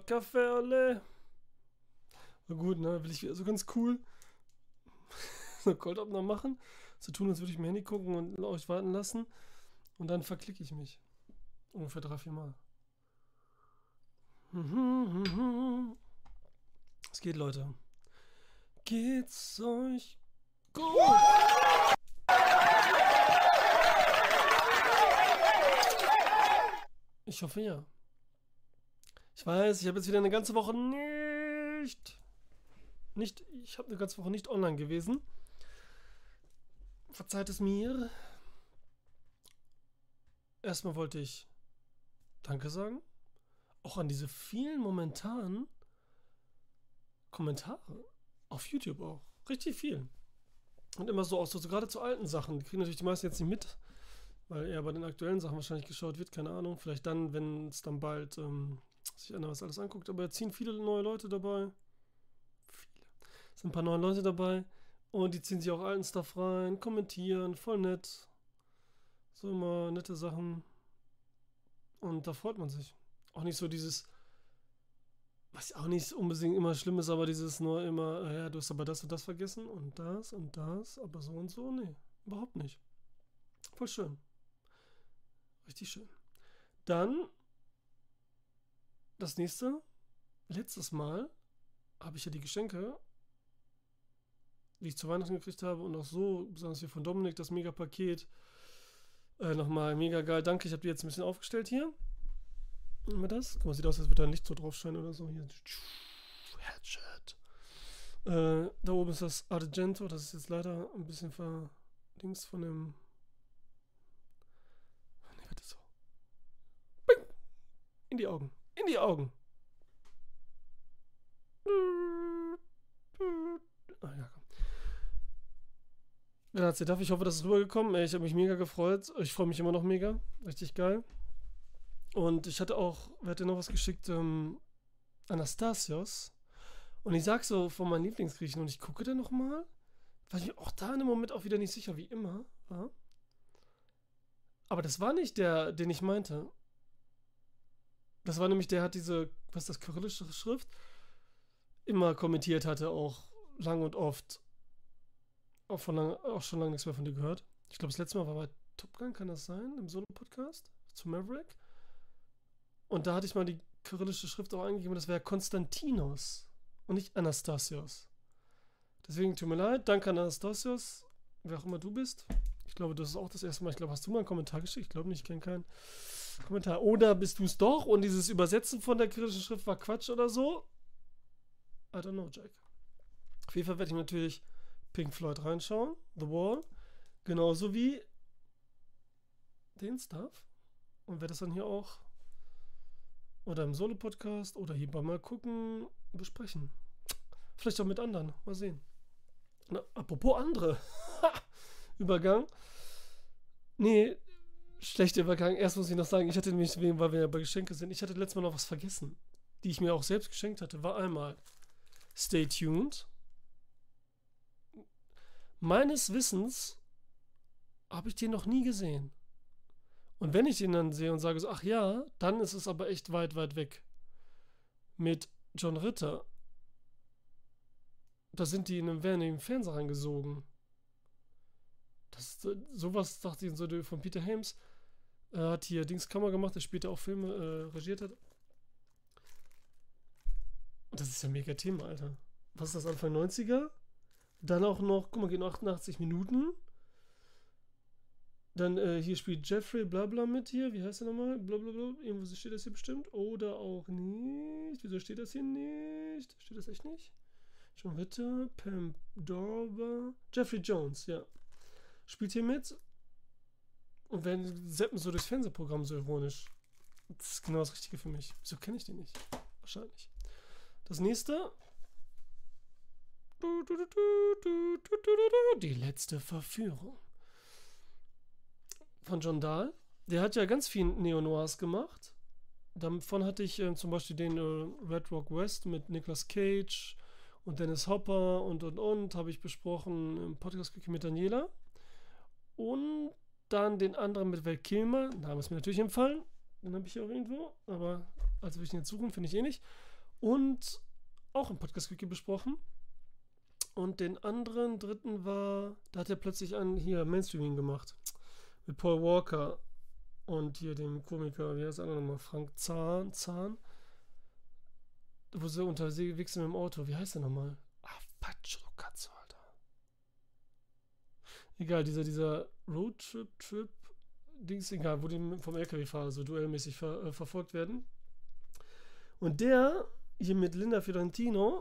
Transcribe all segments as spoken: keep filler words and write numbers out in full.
Kaffeeole. Na gut, ne, will ich wieder so ganz cool so Cold Opener machen, so tun, als würde ich mein Handy gucken und euch warten lassen und dann verklicke ich mich. Ungefähr drei, vier Mal. Es geht, Leute. Geht's euch gut? Ich hoffe ja. Ich weiß, ich habe jetzt wieder eine ganze Woche nicht... Nicht... Ich habe eine ganze Woche nicht online gewesen. Verzeiht es mir. Erstmal wollte ich Danke sagen. Auch an diese vielen momentanen Kommentare. Auf YouTube auch. Richtig viel. Und immer so auch so, so gerade zu alten Sachen. Die kriegen natürlich die meisten jetzt nicht mit, weil eher bei den aktuellen Sachen wahrscheinlich geschaut wird. Keine Ahnung. Vielleicht dann, wenn es dann bald ähm, sich einer was alles anguckt. Aber jetzt ziehen viele neue Leute dabei. Viele. Es sind ein paar neue Leute dabei. Und die ziehen sich auch alten Stuff rein, kommentieren, voll nett. So immer nette Sachen. Und da freut man sich. Auch nicht so dieses, was auch nicht unbedingt immer schlimm ist, aber dieses nur immer, äh, ja, du hast aber das und das vergessen und das und das, aber so und so. Nee, überhaupt nicht. Voll schön. Richtig schön. Dann, das nächste. Letztes Mal habe ich ja die Geschenke, die ich zu Weihnachten gekriegt habe und auch so, besonders hier von Dominik, das Mega-Paket. Äh, nochmal mega geil. Danke, ich habe die jetzt ein bisschen aufgestellt hier. Immer das. Guck mal, sieht aus, als würde da ein Licht so drauf scheinen oder so. Hier. Headshot. Äh, da oben ist das Argento. Das ist jetzt leider ein bisschen verdings von dem. Ne, warte so. Bing. In die Augen. In die Augen. Ah ja, komm. Grazie, darf ich hoffe, das ist rübergekommen. Ich habe mich mega gefreut. Ich freue mich immer noch mega. Richtig geil. Und ich hatte auch, wer hat dir noch was geschickt? Ähm, Anastasios. Und ich sag so von meinen Lieblingsgriechen und ich gucke da nochmal, weil ich mir auch da in dem Moment auch wieder nicht sicher, wie immer war. Aber das war nicht der, den ich meinte. Das war nämlich der, hat diese, was ist das, kyrillische Schrift, immer kommentiert hatte, auch lang und oft. Auch, von lang, auch schon lange nichts mehr von dir gehört. Ich glaube, das letzte Mal war bei Top Gun, kann das sein? Im Solo-Podcast zu Maverick. Und da hatte ich mal die kyrillische Schrift auch eingegeben, das wäre Konstantinos und nicht Anastasios. Deswegen tut mir leid, danke an Anastasios, wer auch immer du bist. Ich glaube, das ist auch das erste Mal. Ich glaube, hast du mal einen Kommentar geschickt? Ich glaube nicht, ich kenne keinen Kommentar. Oder bist du es doch und dieses Übersetzen von der kyrillischen Schrift war Quatsch oder so? I don't know, Jack. Auf jeden Fall werde ich natürlich Pink Floyd reinschauen, The Wall, genauso wie den Stuff und werde das dann hier auch oder im Solo-Podcast oder hier bei Mal gucken, besprechen. Vielleicht auch mit anderen, mal sehen. Na, apropos andere, Übergang. Nee, schlechter Übergang. Erst muss ich noch sagen, ich hatte nämlich, weil wir ja bei Geschenke sind, ich hatte letztes Mal noch was vergessen, die ich mir auch selbst geschenkt hatte, war einmal Stay Tuned. Meines Wissens habe ich den noch nie gesehen. Und wenn ich den dann sehe und sage so, ach ja, dann ist es aber echt weit, weit weg. Mit John Ritter. Da sind die in einem, werden in den Fernseher reingesogen. Das, sowas, dachte ich, so von Peter Hames. Er hat hier Dings Kammer gemacht, der später auch Filme äh, regiert hat. Und das ist ja ein mega Thema, Alter. Was ist das, Anfang neunziger? Dann auch noch, guck mal, geht noch achtundachtzig Minuten. Dann äh, hier spielt Jeffrey Blabla mit hier. Wie heißt der nochmal? Blablabla. Irgendwo steht das hier bestimmt. Oder auch nicht. Wieso steht das hier nicht? Steht das echt nicht? John Ritter, Pam Dorber. Jeffrey Jones, ja. Spielt hier mit. Und werden zappen so durchs Fernsehprogramm so ironisch. Das ist genau das Richtige für mich. Wieso kenne ich den nicht? Wahrscheinlich. Das nächste. Die letzte Verführung. Von John Dahl. Der hat ja ganz viel Neo-Noirs gemacht. Davon hatte ich äh, zum Beispiel den äh, Red Rock West mit Nicolas Cage und Dennis Hopper und und und habe ich besprochen im Podcast mit Daniela. Und dann den anderen mit Val Kilmer. Name ist mir natürlich entfallen. Den habe ich hier auch irgendwo. Aber als will ich ihn jetzt suchen, finde ich eh nicht. Und auch im Podcast-Quickie besprochen. Und den anderen, dritten war, da hat er plötzlich einen hier Mainstreaming gemacht. Mit Paul Walker und hier dem Komiker, wie heißt der andere nochmal? Frank Zahn, Zahn. Wo sie unterwegs sind mit dem Auto. Wie heißt der nochmal? Ah, Pacho Cazzo, Alter. Egal, dieser, dieser Roadtrip-Trip, Dings, egal, wo die vom L K W-Fahrer so duellmäßig ver, äh, verfolgt werden. Und der, hier mit Linda Fiorentino,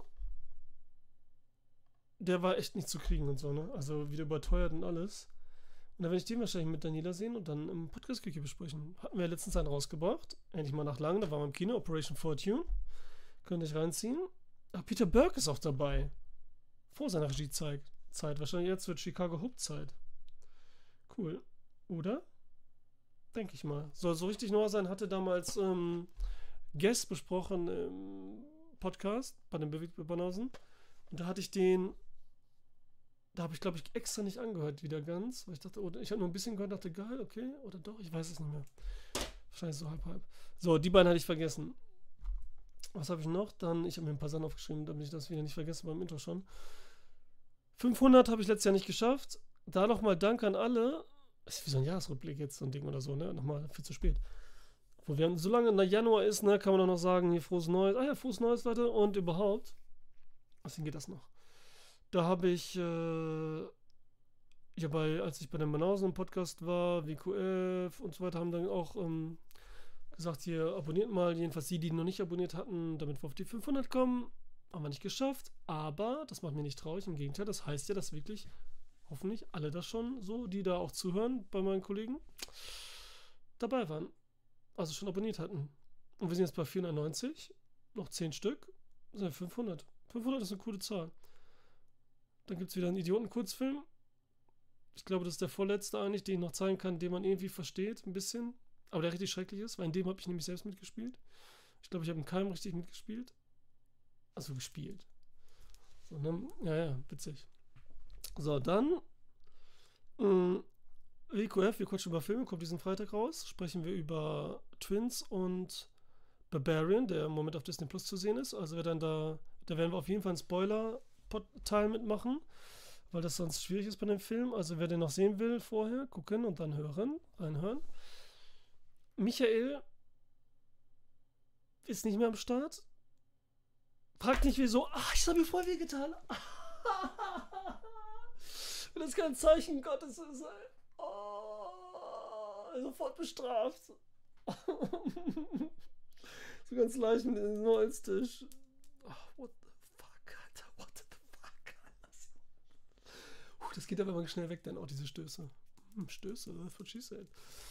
der war echt nicht zu kriegen und so, ne? Also wieder überteuert und alles. Und dann werde ich den wahrscheinlich mit Daniela sehen und dann im Podcast-Küche besprechen. Hatten wir letztens einen rausgebracht. Endlich mal nach langem. Da waren wir im Kino. Operation Fortune. Könnt ihr euch reinziehen. Ah, Peter Burke ist auch dabei. Vor seiner Regiezeit. Zeit. Wahrscheinlich jetzt wird Chicago Hope Zeit. Cool. Oder? Denke ich mal. Soll so richtig neu sein. Hatte damals ähm, Guest besprochen im Podcast bei den Bewegtbanausen. Und da hatte ich den Da habe ich, glaube ich, extra nicht angehört wieder ganz, weil ich dachte, oder ich habe nur ein bisschen gehört, dachte, geil, okay, oder doch, ich weiß es nicht mehr. Wahrscheinlich so halb, halb. So, die beiden hatte ich vergessen. Was habe ich noch? Dann, ich habe mir ein paar Sachen aufgeschrieben, damit ich das wieder nicht vergesse beim Intro schon. fünfhundert habe ich letztes Jahr nicht geschafft. Da nochmal Dank an alle. Das ist wie so ein Jahresrückblick jetzt, so ein Ding oder so, ne? Nochmal viel zu spät. Wo wir haben, solange in der Januar ist, ne, kann man auch noch sagen, hier frohes Neues. Ah ja, frohes Neues, Leute. Und überhaupt. Deswegen geht das noch. Da habe ich, äh, ja, bei, als ich bei den Banausen im Podcast war, W Q F und so weiter, haben dann auch ähm, gesagt, hier abonniert mal, jedenfalls die, die noch nicht abonniert hatten, damit wir auf die fünfhundert kommen. Haben wir nicht geschafft, aber das macht mir nicht traurig, im Gegenteil, das heißt ja, dass wirklich, hoffentlich, alle das schon so, die da auch zuhören bei meinen Kollegen, dabei waren. Also schon abonniert hatten. Und wir sind jetzt bei vierhundertneunzig, noch zehn Stück, sind fünfhundert. fünfhundert ist eine coole Zahl. Dann gibt es wieder einen Idioten-Kurzfilm. Ich glaube, das ist der vorletzte eigentlich, den ich noch zeigen kann, den man irgendwie versteht, ein bisschen. Aber der richtig schrecklich ist, weil in dem habe ich nämlich selbst mitgespielt. Ich glaube, ich habe in keinem richtig mitgespielt. Also gespielt. So, ne? Ja, ja, witzig. So, dann mh, W Q F, wir quatschen über Filme, kommt diesen Freitag raus. Sprechen wir über Twins und Barbarian, der im Moment auf Disney Plus zu sehen ist. Also wer dann da, da werden wir auf jeden Fall einen Spoiler Teil mitmachen, weil das sonst schwierig ist bei dem Film. Also wer den noch sehen will, vorher gucken und dann hören, reinhören. Michael ist nicht mehr am Start. Fragt nicht wieso. Ach, ich habe mir voll weh getan. Wenn das kein Zeichen Gottes ist, ey. Oh, sofort bestraft. So ganz leicht mit dem Holztisch. Oh, what the fuck, Alter, what the fuck, Alter. Das geht aber immer schnell weg, dann auch diese Stöße. Hm, Stöße, that's what she said.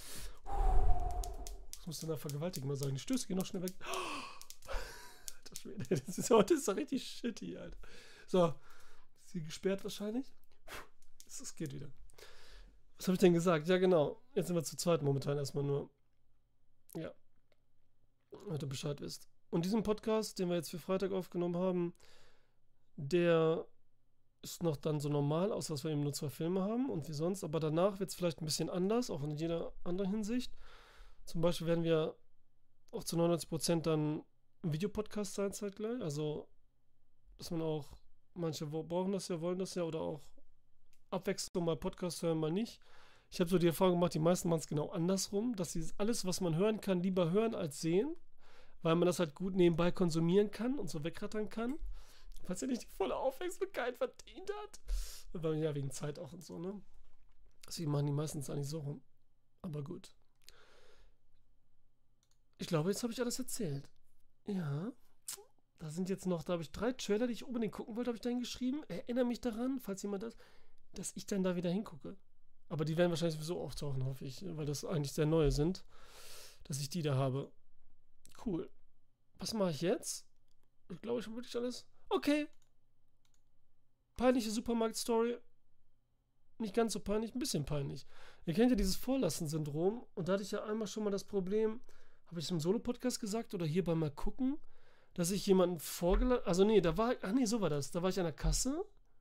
Das musst du nach Vergewaltigen mal sagen. Die Stöße gehen noch schnell weg. Alter Schwede, das ist heute ist doch richtig shitty, Alter. So, ist sie gesperrt wahrscheinlich? Es geht wieder. Was habe ich denn gesagt? Ja, genau. Jetzt sind wir zu zweit momentan erstmal nur. Ja. Damit ihr Bescheid wisst. Und diesen Podcast, den wir jetzt für Freitag aufgenommen haben, der ist noch dann so normal, außer dass wir eben nur zwei Filme haben und wie sonst. Aber danach wird es vielleicht ein bisschen anders, auch in jeder anderen Hinsicht. Zum Beispiel werden wir auch zu neunundneunzig Prozent dann ein Videopodcast sein zeitgleich. Also, dass man auch, manche brauchen das ja, wollen das ja oder auch Abwechslung, mal Podcast hören, mal nicht. Ich habe so die Erfahrung gemacht, die meisten machen es genau andersrum, dass sie alles, was man hören kann, lieber hören als sehen, weil man das halt gut nebenbei konsumieren kann und so wegrattern kann, falls er nicht die volle Aufmerksamkeit verdient hat. Weil ja, wegen Zeit auch und so, ne? Deswegen machen die meistens eigentlich so rum. Aber gut. Ich glaube, jetzt habe ich alles erzählt. Ja. Da sind jetzt noch, da habe ich drei Trailer, die ich unbedingt gucken wollte, habe ich da hingeschrieben. Erinnere mich daran, falls jemand das, dass ich dann da wieder hingucke. Aber die werden wahrscheinlich sowieso auftauchen, hoffe ich, weil das eigentlich sehr neue sind, dass ich die da habe. Cool. Was mache ich jetzt? Ich glaube, ich habe wirklich alles. Okay. Peinliche Supermarkt-Story. Nicht ganz so peinlich, ein bisschen peinlich. Ihr kennt ja dieses Vorlassen-Syndrom und da hatte ich ja einmal schon mal das Problem, habe ich es im Solo-Podcast gesagt oder hier beim Mal gucken, dass ich jemanden vorgelassen, also nee, da war, ach nee, so war das, da war ich an der Kasse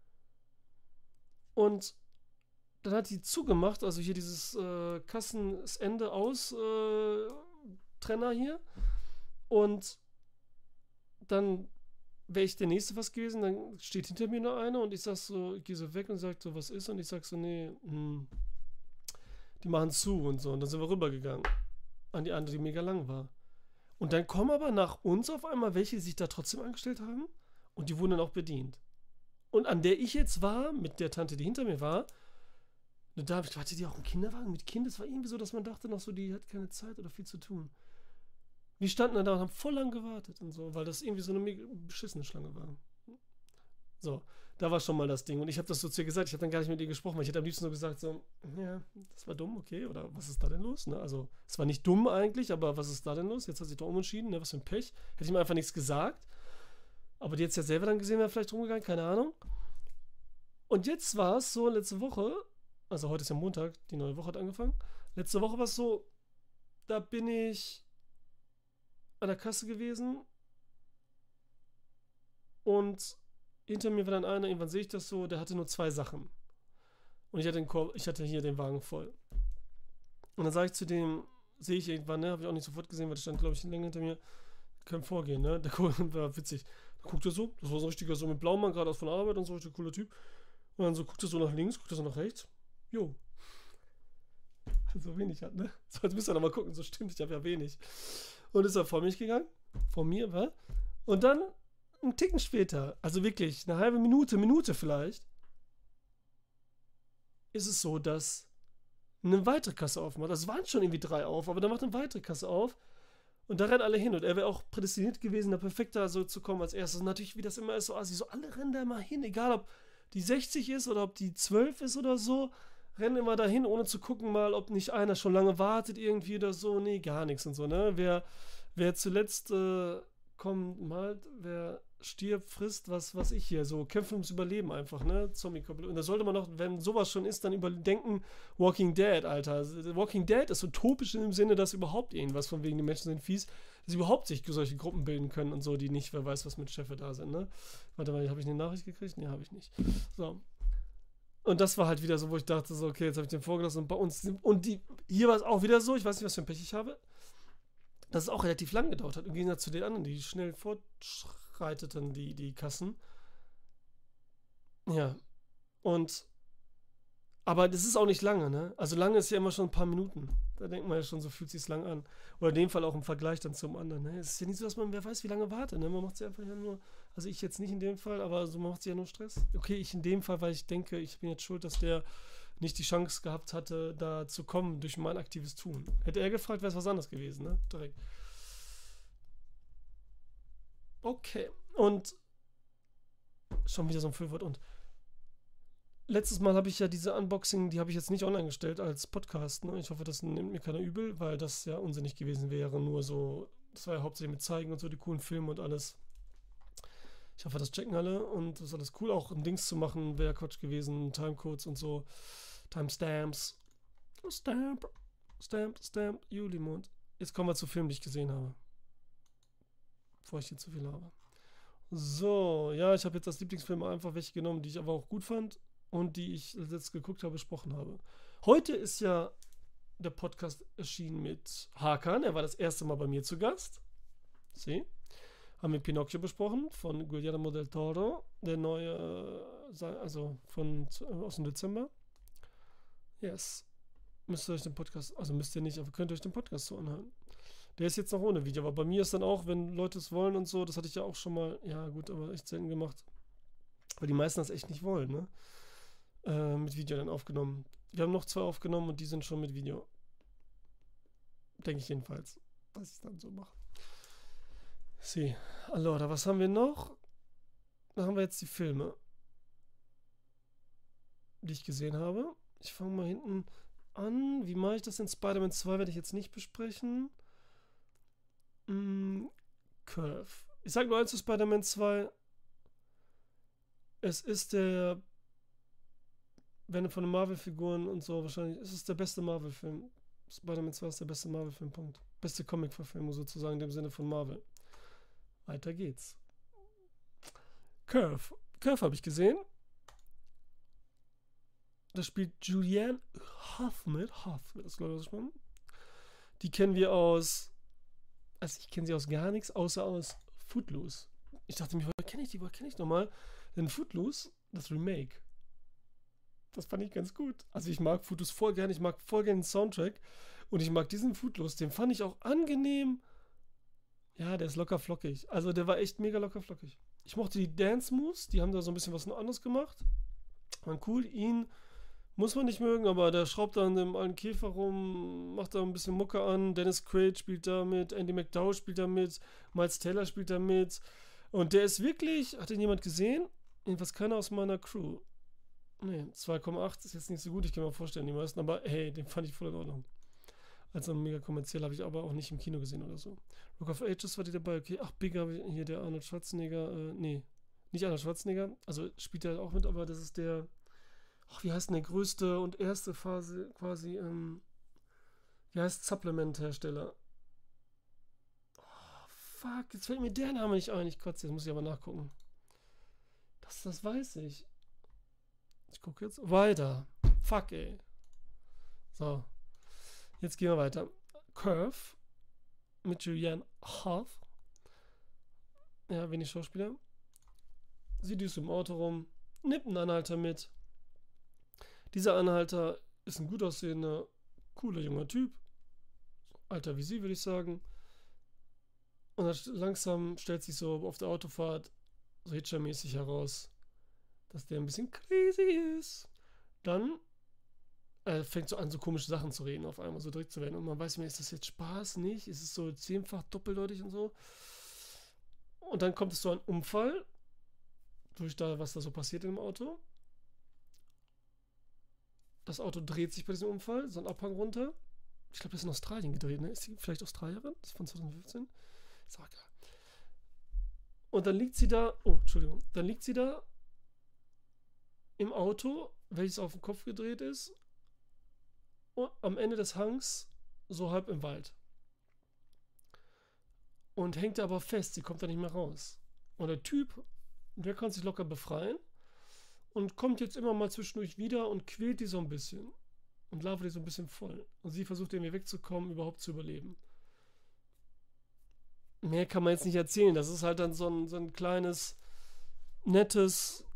und dann hat die zugemacht, also hier dieses äh, Kassenende aus äh, Trenner hier und dann wäre ich der Nächste was gewesen, dann steht hinter mir noch einer und ich sag so, ich gehe so weg und sag so, was ist? Und ich sag so, nee, hm, die machen zu und so. Und dann sind wir rübergegangen an die andere, die mega lang war. Und dann kommen aber nach uns auf einmal welche, die sich da trotzdem angestellt haben und die wurden dann auch bedient. Und an der ich jetzt war, mit der Tante, die hinter mir war, da hatte die auch einen Kinderwagen mit Kind. Es war irgendwie so, dass man dachte noch so, die hat keine Zeit oder viel zu tun. Wir standen dann da und haben voll lang gewartet und so, weil das irgendwie so eine mega beschissene Schlange war. So, da war schon mal das Ding. Und ich habe das so zu ihr gesagt, ich habe dann gar nicht mit ihr gesprochen, weil ich hätte am liebsten nur gesagt, so, ja, das war dumm, okay, oder was ist da denn los? Ne? Also, es war nicht dumm eigentlich, aber was ist da denn los? Jetzt hat sie doch umentschieden, ne? Was für ein Pech. Hätte ich mir einfach nichts gesagt. Aber die jetzt ja selber dann gesehen, wäre vielleicht rumgegangen, keine Ahnung. Und jetzt war es so, letzte Woche, also heute ist ja Montag, die neue Woche hat angefangen. Letzte Woche war es so, da bin ich an der Kasse gewesen und hinter mir war dann einer, irgendwann sehe ich das so, der hatte nur zwei Sachen. Und ich hatte, den Korb, ich hatte hier den Wagen voll. Und dann sage ich zu dem, sehe ich irgendwann, ne, habe ich auch nicht sofort gesehen, weil der stand, glaube ich, länger hinter mir, kann vorgehen, ne, der war witzig. Da guckt er so, das war so ein richtiger, so mit Blaumann, gerade aus von der Arbeit und so, richtig cooler Typ. Und dann so guckt er so nach links, guckt er so nach rechts. Jo. So wenig hat, ne? So, jetzt müsst ihr noch mal gucken, so stimmt, ich habe ja wenig. Und ist er vor mich gegangen, vor mir, war. Und dann, einen Ticken später, also wirklich eine halbe Minute, Minute vielleicht, ist es so, dass eine weitere Kasse aufmacht. Also es waren schon irgendwie drei auf, aber dann macht eine weitere Kasse auf und da rennen alle hin. Und er wäre auch prädestiniert gewesen, da perfekter so zu kommen als erstes. Und natürlich, wie das immer ist, so assi, so alle rennen da mal hin, egal ob die sechzig ist oder ob die zwölf ist oder so, rennen immer dahin, ohne zu gucken mal, ob nicht einer schon lange wartet irgendwie oder so. Nee, gar nichts und so, ne? Wer, wer zuletzt äh, kommt, malt, wer stirbt, frisst, was, was ich hier, so kämpfen ums Überleben einfach, ne? Zombie-Koppel. Und da sollte man noch, wenn sowas schon ist, dann überdenken, Walking Dead, Alter. Walking Dead ist utopisch in dem Sinne, dass überhaupt irgendwas, von wegen die Menschen sind fies, dass sie überhaupt sich solche Gruppen bilden können und so, die nicht, wer weiß, was mit Chefe da sind, ne? Warte mal, habe ich eine Nachricht gekriegt? Nee, habe ich nicht. So. Und das war halt wieder so, wo ich dachte, so, okay, jetzt habe ich den vorgelassen und bei uns, und die, hier war es auch wieder so, ich weiß nicht, was für ein Pech ich habe, dass es auch relativ lang gedauert hat, im Gegensatz zu den anderen, die schnell fortschreiteten, die, die Kassen. Ja. Und, aber das ist auch nicht lange, ne? Also lange ist ja immer schon ein paar Minuten. Da denkt man ja schon, so fühlt sich lang an. Oder in dem Fall auch im Vergleich dann zum anderen, ne? Es ist ja nicht so, dass man, wer weiß, wie lange wartet, ne? Man macht sich einfach ja nur, also ich jetzt nicht in dem Fall, aber so, man macht sich ja nur Stress. Okay, ich in dem Fall, weil ich denke, ich bin jetzt schuld, dass der nicht die Chance gehabt hatte, da zu kommen durch mein aktives Tun. Hätte er gefragt, wäre es was anderes gewesen, ne? Direkt. Okay. Und schon wieder so ein Füllwort. Und letztes Mal habe ich ja diese Unboxing, die habe ich jetzt nicht online gestellt als Podcast, ne? Ich hoffe, das nimmt mir keiner übel, weil das ja unsinnig gewesen wäre. Nur so, das war ja hauptsächlich mit Zeigen und so, die coolen Filme und alles. Ich hoffe, das checken alle und das ist alles cool. Auch ein Dings zu machen, wäre Quatsch gewesen. Timecodes und so. Timestamps. Stamp. Stamp, Stamp. Julimond. Jetzt kommen wir zu Filmen, die ich gesehen habe. Bevor ich hier zu viel habe. So, ja, ich habe jetzt als Lieblingsfilm einfach welche genommen, die ich aber auch gut fand und die ich jetzt geguckt habe, besprochen habe. Heute ist ja der Podcast erschienen mit Hakan. Er war das erste Mal bei mir zu Gast. Sie. Haben wir Pinocchio besprochen von Guillermo del Toro, der neue, also von aus dem Dezember. Yes. Müsst ihr euch den Podcast, also müsst ihr nicht, aber könnt ihr euch den Podcast so anhören. Der ist jetzt noch ohne Video, aber bei mir ist dann auch, wenn Leute es wollen und so, das hatte ich ja auch schon mal, ja gut, aber echt selten gemacht. Weil die meisten das echt nicht wollen, ne? Äh, mit Video dann aufgenommen. Wir haben noch zwei aufgenommen und die sind schon mit Video. Denke ich jedenfalls, dass ich es dann so mache. Sie, allora, was haben wir noch? Da haben wir jetzt die Filme, die ich gesehen habe. Ich fange mal hinten an. Wie mache ich das in Spider-Man zwei? Werde ich jetzt nicht besprechen. Mm, Curve. Ich sage nur eins zu Spider-Man zwei. Es ist der, wenn von den Marvel-Figuren und so wahrscheinlich, es ist der beste Marvel-Film. Spider-Man zwei ist der beste Marvel-Film, Punkt. Beste Comic-Verfilmung sozusagen, in dem Sinne von Marvel. Weiter geht's. Curve. Curve habe ich gesehen. Da spielt Julianne Hough mit. Hough, das glaube ich ausgesprochen. Die kennen wir aus, also ich kenne sie aus gar nichts, außer aus Footloose. ich dachte mir, woher kenne ich die, woher kenne ich nochmal? Denn Footloose, das Remake. Das fand ich ganz gut. Also ich mag Footloose voll gerne, ich mag voll gerne den Soundtrack. Und ich mag diesen Footloose, den fand ich auch angenehm. Ja, der ist locker flockig. Also der war echt mega locker flockig. Ich mochte die Dance Moves, die haben da so ein bisschen was anderes gemacht. War cool, ihn muss man nicht mögen, aber der schraubt da an dem alten Käfer rum, macht da ein bisschen Mucke an. Dennis Quaid spielt da mit, Andy McDowell spielt da mit, Miles Taylor spielt da mit. Und der ist wirklich, hat ihn jemand gesehen? Jedenfalls keiner aus meiner Crew. Nee, zwei Komma acht ist jetzt nicht so gut, ich kann mir vorstellen, die meisten, aber hey, den fand ich voll in Ordnung. Also mega kommerziell, habe ich aber auch nicht im Kino gesehen oder so. Rock of Ages war die dabei, okay. Ach, Big habe ich hier, der Arnold Schwarzenegger, äh, nee, nicht Arnold Schwarzenegger, also spielt er auch mit, aber das ist der, ach, wie heißt denn der größte und erste Phase quasi, ähm, wie heißt Supplement-Hersteller? Oh, fuck, jetzt fällt mir der Name nicht ein, ich kotze, jetzt muss ich aber nachgucken. Das, das weiß ich. Ich gucke jetzt weiter. Fuck, ey. So. Jetzt gehen wir weiter. Curve mit Julianne Hough. Ja, wenig Schauspieler. Sie düst im Auto rum, nimmt einen Anhalter mit. Dieser Anhalter ist ein gut aussehender, cooler junger Typ. Alter wie sie, würde ich sagen. Und dann langsam stellt sich so auf der Autofahrt so Hitcher-mäßig heraus, dass der ein bisschen crazy ist. Dann äh, fängt so an, so komische Sachen zu reden, auf einmal so direkt zu werden. Und man weiß nicht mehr, ist das jetzt Spaß, nicht? Ist es so zehnfach doppeldeutig und so? Und dann kommt es so ein Unfall, durch da, was da so passiert im Auto. Das Auto dreht sich bei diesem Unfall, so ein Abhang runter. Ich glaube, das ist in Australien gedreht, ne? Ist sie vielleicht Australierin? Das ist von zwanzig fünfzehn. Ist auch egal. Und dann liegt sie da, oh, Entschuldigung, dann liegt sie da im Auto, welches auf den Kopf gedreht ist, und am Ende des Hangs so halb im Wald. Und hängt da aber fest, sie kommt da nicht mehr raus. Und der Typ, der kann sich locker befreien und kommt jetzt immer mal zwischendurch wieder und quält die so ein bisschen und labert die so ein bisschen voll. Und sie versucht irgendwie wegzukommen, überhaupt zu überleben. Mehr kann man jetzt nicht erzählen. Das ist halt dann so ein, so ein kleines, nettes.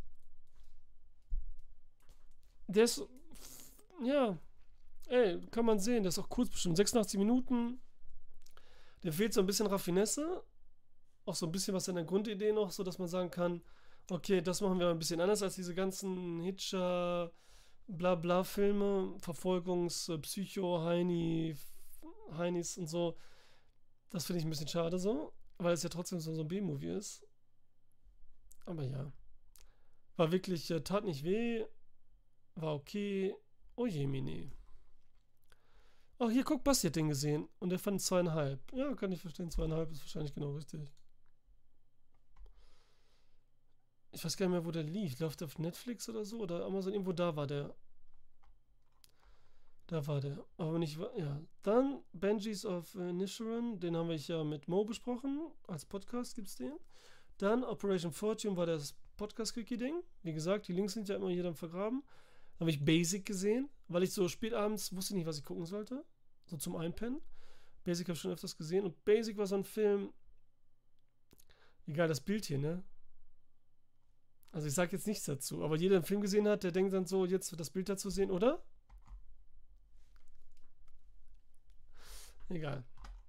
Der ist. Ja. Ey, kann man sehen. Der ist auch kurz bestimmt. sechsundachtzig Minuten. Der fehlt so ein bisschen Raffinesse. Auch so ein bisschen was an der Grundidee noch, so dass man sagen kann, okay, das machen wir ein bisschen anders als diese ganzen Hitcher, Blabla-Filme, Verfolgungs-, Psycho-, Heini, Heinis und so. Das finde ich ein bisschen schade so, weil es ja trotzdem so, so ein B-Movie ist. Aber ja. War wirklich, äh, tat nicht weh. War okay. Oh je, Mini. Oh, hier, guck, Basti hat den gesehen. Und er fand zweieinhalb. Ja, kann ich verstehen. Zweieinhalb ist wahrscheinlich genau richtig. Ich weiß gar nicht mehr, wo der lief. Läuft der auf Netflix oder so? Oder Amazon? Irgendwo da war der. Da war der. Aber nicht, ja. Dann Banshees of Inisherin. Den haben wir ja mit Mo besprochen. Als Podcast gibt es den. Dann Operation Fortune war das Podcast-Quickie-Ding. Wie gesagt, die Links sind ja immer hier dann vergraben. Dann habe ich Basic gesehen, weil ich so spät abends wusste nicht, was ich gucken sollte. So zum Einpennen. Basic habe ich schon öfters gesehen. Und Basic war so ein Film. Egal, das Bild hier, ne? Also ich sage jetzt nichts dazu. Aber jeder, der einen Film gesehen hat, der denkt dann so, jetzt das Bild dazu sehen, oder? Egal.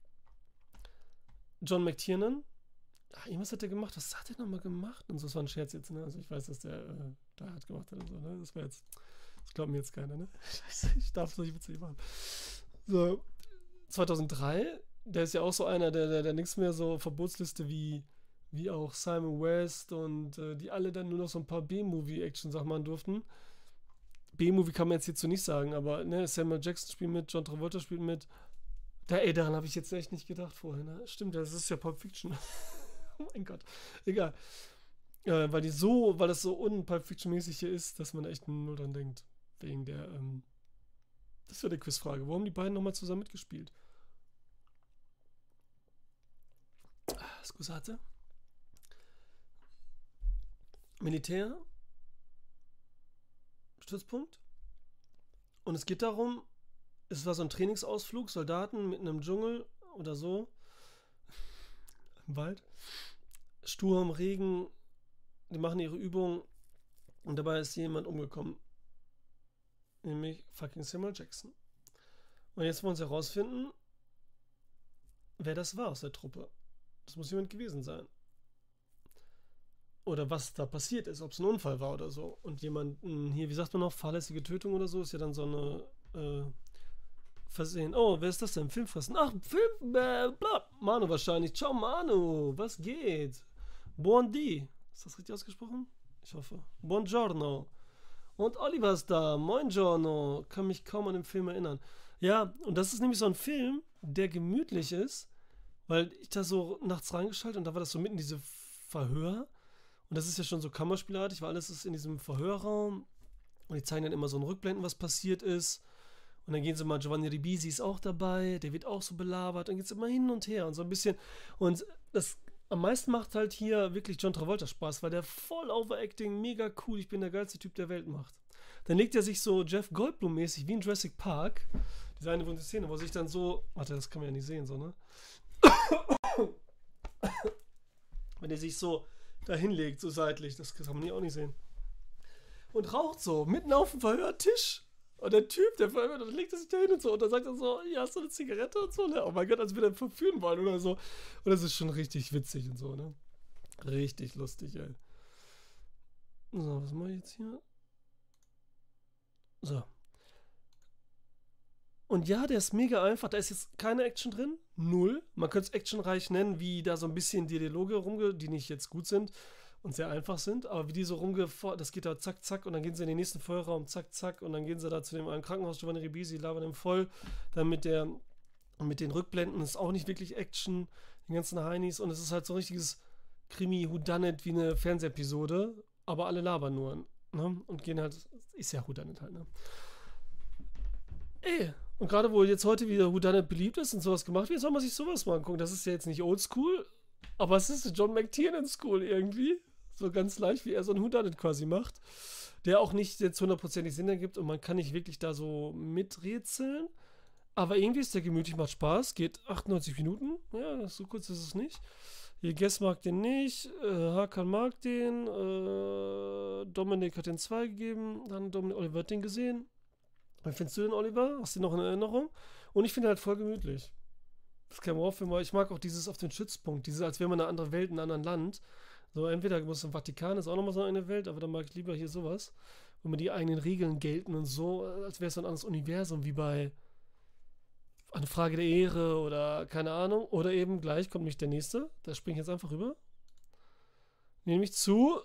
John McTiernan. Ach, irgendwas hat er gemacht. Was hat er nochmal gemacht? Und so, das war ein Scherz jetzt, ne? Also ich weiß, dass der äh, da hat gemacht hat und so, ne? Das war jetzt. Das glaubt mir jetzt keiner, ne? Scheiße, ich darf solche Witze nicht machen. So, zweitausenddrei, der ist ja auch so einer, der, der, der nichts mehr so Verbotsliste wie, wie auch Simon West und äh, die alle dann nur noch so ein paar B-Movie-Action-Sachen machen durften. B-Movie kann man jetzt hierzu nicht sagen, aber ne, Samuel Jackson spielt mit, John Travolta spielt mit. Da, ey, daran habe ich jetzt echt nicht gedacht vorher, ne? Stimmt, das ist ja Pulp Fiction. Oh mein Gott. Egal. Äh, weil die so, weil das so un-Pulp Fiction-mäßig hier ist, dass man echt nur dran denkt. Wegen der, ähm. Das wäre die Quizfrage. Wo haben die beiden nochmal zusammen mitgespielt? Ah, Scusate. Militär. Stützpunkt. Und es geht darum, es war so ein Trainingsausflug, Soldaten mitten im Dschungel oder so. Im Wald. Sturm, Regen, die machen ihre Übung und dabei ist jemand umgekommen. Nämlich fucking Samuel Jackson. Und jetzt wollen sie herausfinden, wer das war aus der Truppe. Das muss jemand gewesen sein. Oder was da passiert ist, ob es ein Unfall war oder so. Und jemanden hier, wie sagt man noch, fahrlässige Tötung oder so, ist ja dann so eine äh, Versehen. Oh, wer ist das denn? Filmfressen. Ach, Film, äh, bla. Manu wahrscheinlich. Ciao, Manu. Was geht? Buondì. Ist das richtig ausgesprochen? Ich hoffe. Buongiorno. Und Oliver ist da. Moingiorno. Kann mich kaum an den Film erinnern. Ja, und das ist nämlich so ein Film, der gemütlich ist, weil ich da so nachts reingeschaltet und da war das so mitten in diese Verhör. Und das ist ja schon so Kammerspielartig, weil alles ist in diesem Verhörraum. Und die zeigen dann immer so ein Rückblenden, was passiert ist. Und dann gehen sie mal, Giovanni Ribisi ist auch dabei, der wird auch so belabert. Dann geht es immer hin und her und so ein bisschen. Und das am meisten macht halt hier wirklich John Travolta Spaß, weil der voll Overacting, mega cool, ich bin der geilste Typ der Welt macht. Dann legt er sich so Jeff Goldblum-mäßig wie in Jurassic Park. Diese eine bunte Szene, wo er sich dann so. Warte, das kann man ja nicht sehen, so, ne? Wenn er sich so da hinlegt, so seitlich, das kann man hier auch nicht sehen. Und raucht so, mitten auf dem Verhörtisch. Und der Typ, der verhört, dann legt er sich da hin und so. Und dann sagt er so, ja, hast du eine Zigarette und so, ne? Oh mein Gott, als wir dann verführen wollen oder so. Und das ist schon richtig witzig und so, ne? Richtig lustig, ey. So, was mache ich jetzt hier? So. Und ja, der ist mega einfach. Da ist jetzt keine Action drin. Null. Man könnte es actionreich nennen, wie da so ein bisschen die Dialoge rumge... die nicht jetzt gut sind und sehr einfach sind, aber wie die so rumge... das geht da zack, zack und dann gehen sie in den nächsten Feuerraum, zack, zack und dann gehen sie da zu dem einen Krankenhaus, Giovanni Ribisi, labern ihm voll. Dann mit der... mit den Rückblenden ist auch nicht wirklich Action. Den ganzen Heinis und es ist halt so ein richtiges Krimi-Whodunit wie eine Fernsehepisode, aber alle labern nur, ne? Und gehen halt... ist ja Whodunit halt, ne? Ey, und gerade wo jetzt heute wieder Whodunit beliebt ist und sowas gemacht wird, soll man sich sowas mal angucken. Das ist ja jetzt nicht oldschool, aber es ist John McTiernan School irgendwie. So ganz leicht, wie er so ein Whodunit quasi macht. Der auch nicht jetzt hundertprozentig Sinn ergibt und man kann nicht wirklich da so miträtseln. Aber irgendwie ist der gemütlich, macht Spaß. Geht achtundneunzig Minuten. Ja, so kurz ist es nicht. Hier Guess mag den nicht. Äh, Hakan mag den. Äh, Dominik hat den zwei gegeben. Dann Dominik Oliver hat den gesehen. Wie findest du den, Oliver? Hast du den noch in Erinnerung? Und ich finde halt voll gemütlich. Das ist kein Horrorfilm, aber ich mag auch dieses auf den Stützpunkt, dieses, als wäre man in einer anderen Welt, in einem anderen Land. So, entweder muss im Vatikan, ist auch nochmal so eine Welt, aber dann mag ich lieber hier sowas, wo mir die eigenen Regeln gelten und so, als wäre es so ein anderes Universum, wie bei Eine Frage der Ehre oder keine Ahnung. Oder eben gleich kommt nämlich der nächste. Da springe ich jetzt einfach rüber. Nämlich zu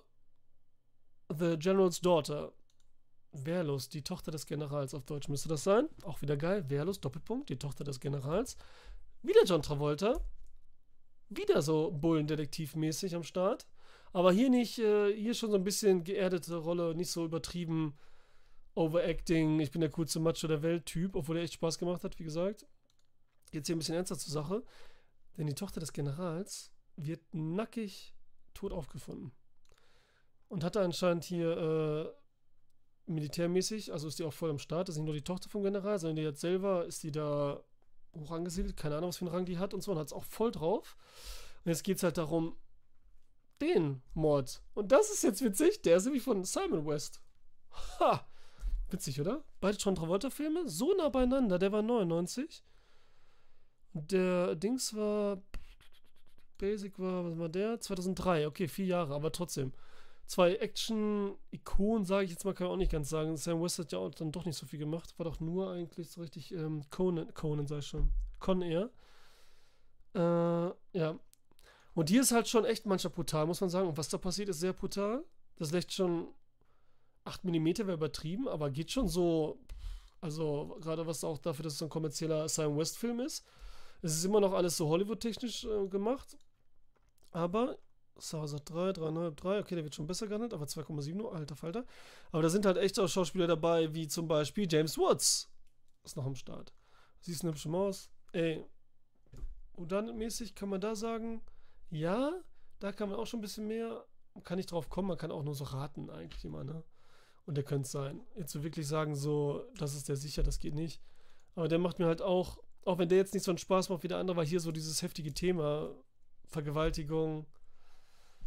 The General's Daughter. Wehrlos, die Tochter des Generals, auf Deutsch müsste das sein. Auch wieder geil. Wehrlos, Doppelpunkt, die Tochter des Generals. Wieder John Travolta. Wieder so Bullendetektiv-mäßig am Start. Aber hier nicht, äh, hier schon so ein bisschen geerdete Rolle, nicht so übertrieben Overacting, ich bin der coolste Macho der Welt-Typ, obwohl er echt Spaß gemacht hat, wie gesagt. Jetzt hier ein bisschen ernster zur Sache. Denn die Tochter des Generals wird nackig tot aufgefunden. Und hatte anscheinend hier äh, militärmäßig, also ist die auch voll am Start, das ist nicht nur die Tochter vom General, sondern die hat selber, ist die da hoch angesiedelt, keine Ahnung, was für einen Rang die hat und so, und hat es auch voll drauf. Und jetzt geht es halt darum, den Mord. Und das ist jetzt witzig, der ist nämlich von Simon West. Ha! Witzig, oder? Beide John Travolta-Filme, so nah beieinander, der war neunundneunzig. Und der Dings war, Basic war, was war der? zweitausenddrei, okay, vier Jahre, aber trotzdem. Zwei Action-Ikonen, sage ich jetzt mal, kann ich auch nicht ganz sagen. Sam West hat ja auch dann doch nicht so viel gemacht. War doch nur eigentlich so richtig ähm, Conan, Conan sag ich schon. Con Air. Äh, ja. Und hier ist halt schon echt manchmal brutal, muss man sagen. Und was da passiert, ist sehr brutal. Das lässt schon acht Millimeter, wäre übertrieben, aber geht schon so. Also, gerade was auch dafür, dass es so ein kommerzieller Sam West-Film ist. Es ist immer noch alles so Hollywood-technisch äh, gemacht. Aber. Sauser drei, drei Komma fünf, drei, okay, der wird schon besser gehandelt, aber zwei Komma sieben nur, alter Falter. Aber da sind halt echt auch Schauspieler dabei, wie zum Beispiel James Woods. Ist noch am Start. Siehst eine hübsche Maus. Ey, Whodunit-mäßig kann man da sagen, ja, da kann man auch schon ein bisschen mehr, kann nicht drauf kommen, man kann auch nur so raten eigentlich immer, ne? Und der könnte es sein. Jetzt so wirklich sagen, so, das ist der sicher, das geht nicht. Aber der macht mir halt auch, auch wenn der jetzt nicht so einen Spaß macht wie der andere, war hier so dieses heftige Thema, Vergewaltigung,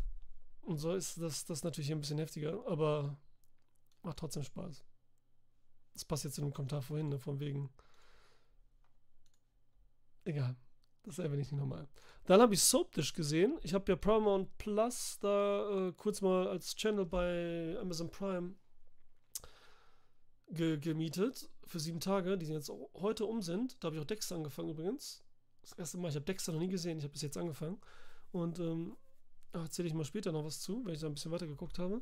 Und so ist das, das natürlich hier ein bisschen heftiger, aber macht trotzdem Spaß. Das passt jetzt in dem Kommentar vorhin, ne, von wegen. Egal. Das erwähne ich nicht nochmal. Dann habe ich Soapdish gesehen. Ich habe ja Paramount Plus da äh, kurz mal als Channel bei Amazon Prime ge gemietet für sieben Tage, die jetzt auch heute um sind. Da habe ich auch Dexter angefangen übrigens. Das erste Mal, ich habe Dexter noch nie gesehen, ich habe bis jetzt angefangen. Und ähm, da erzähle ich mal später noch was zu, wenn ich da ein bisschen weiter geguckt habe.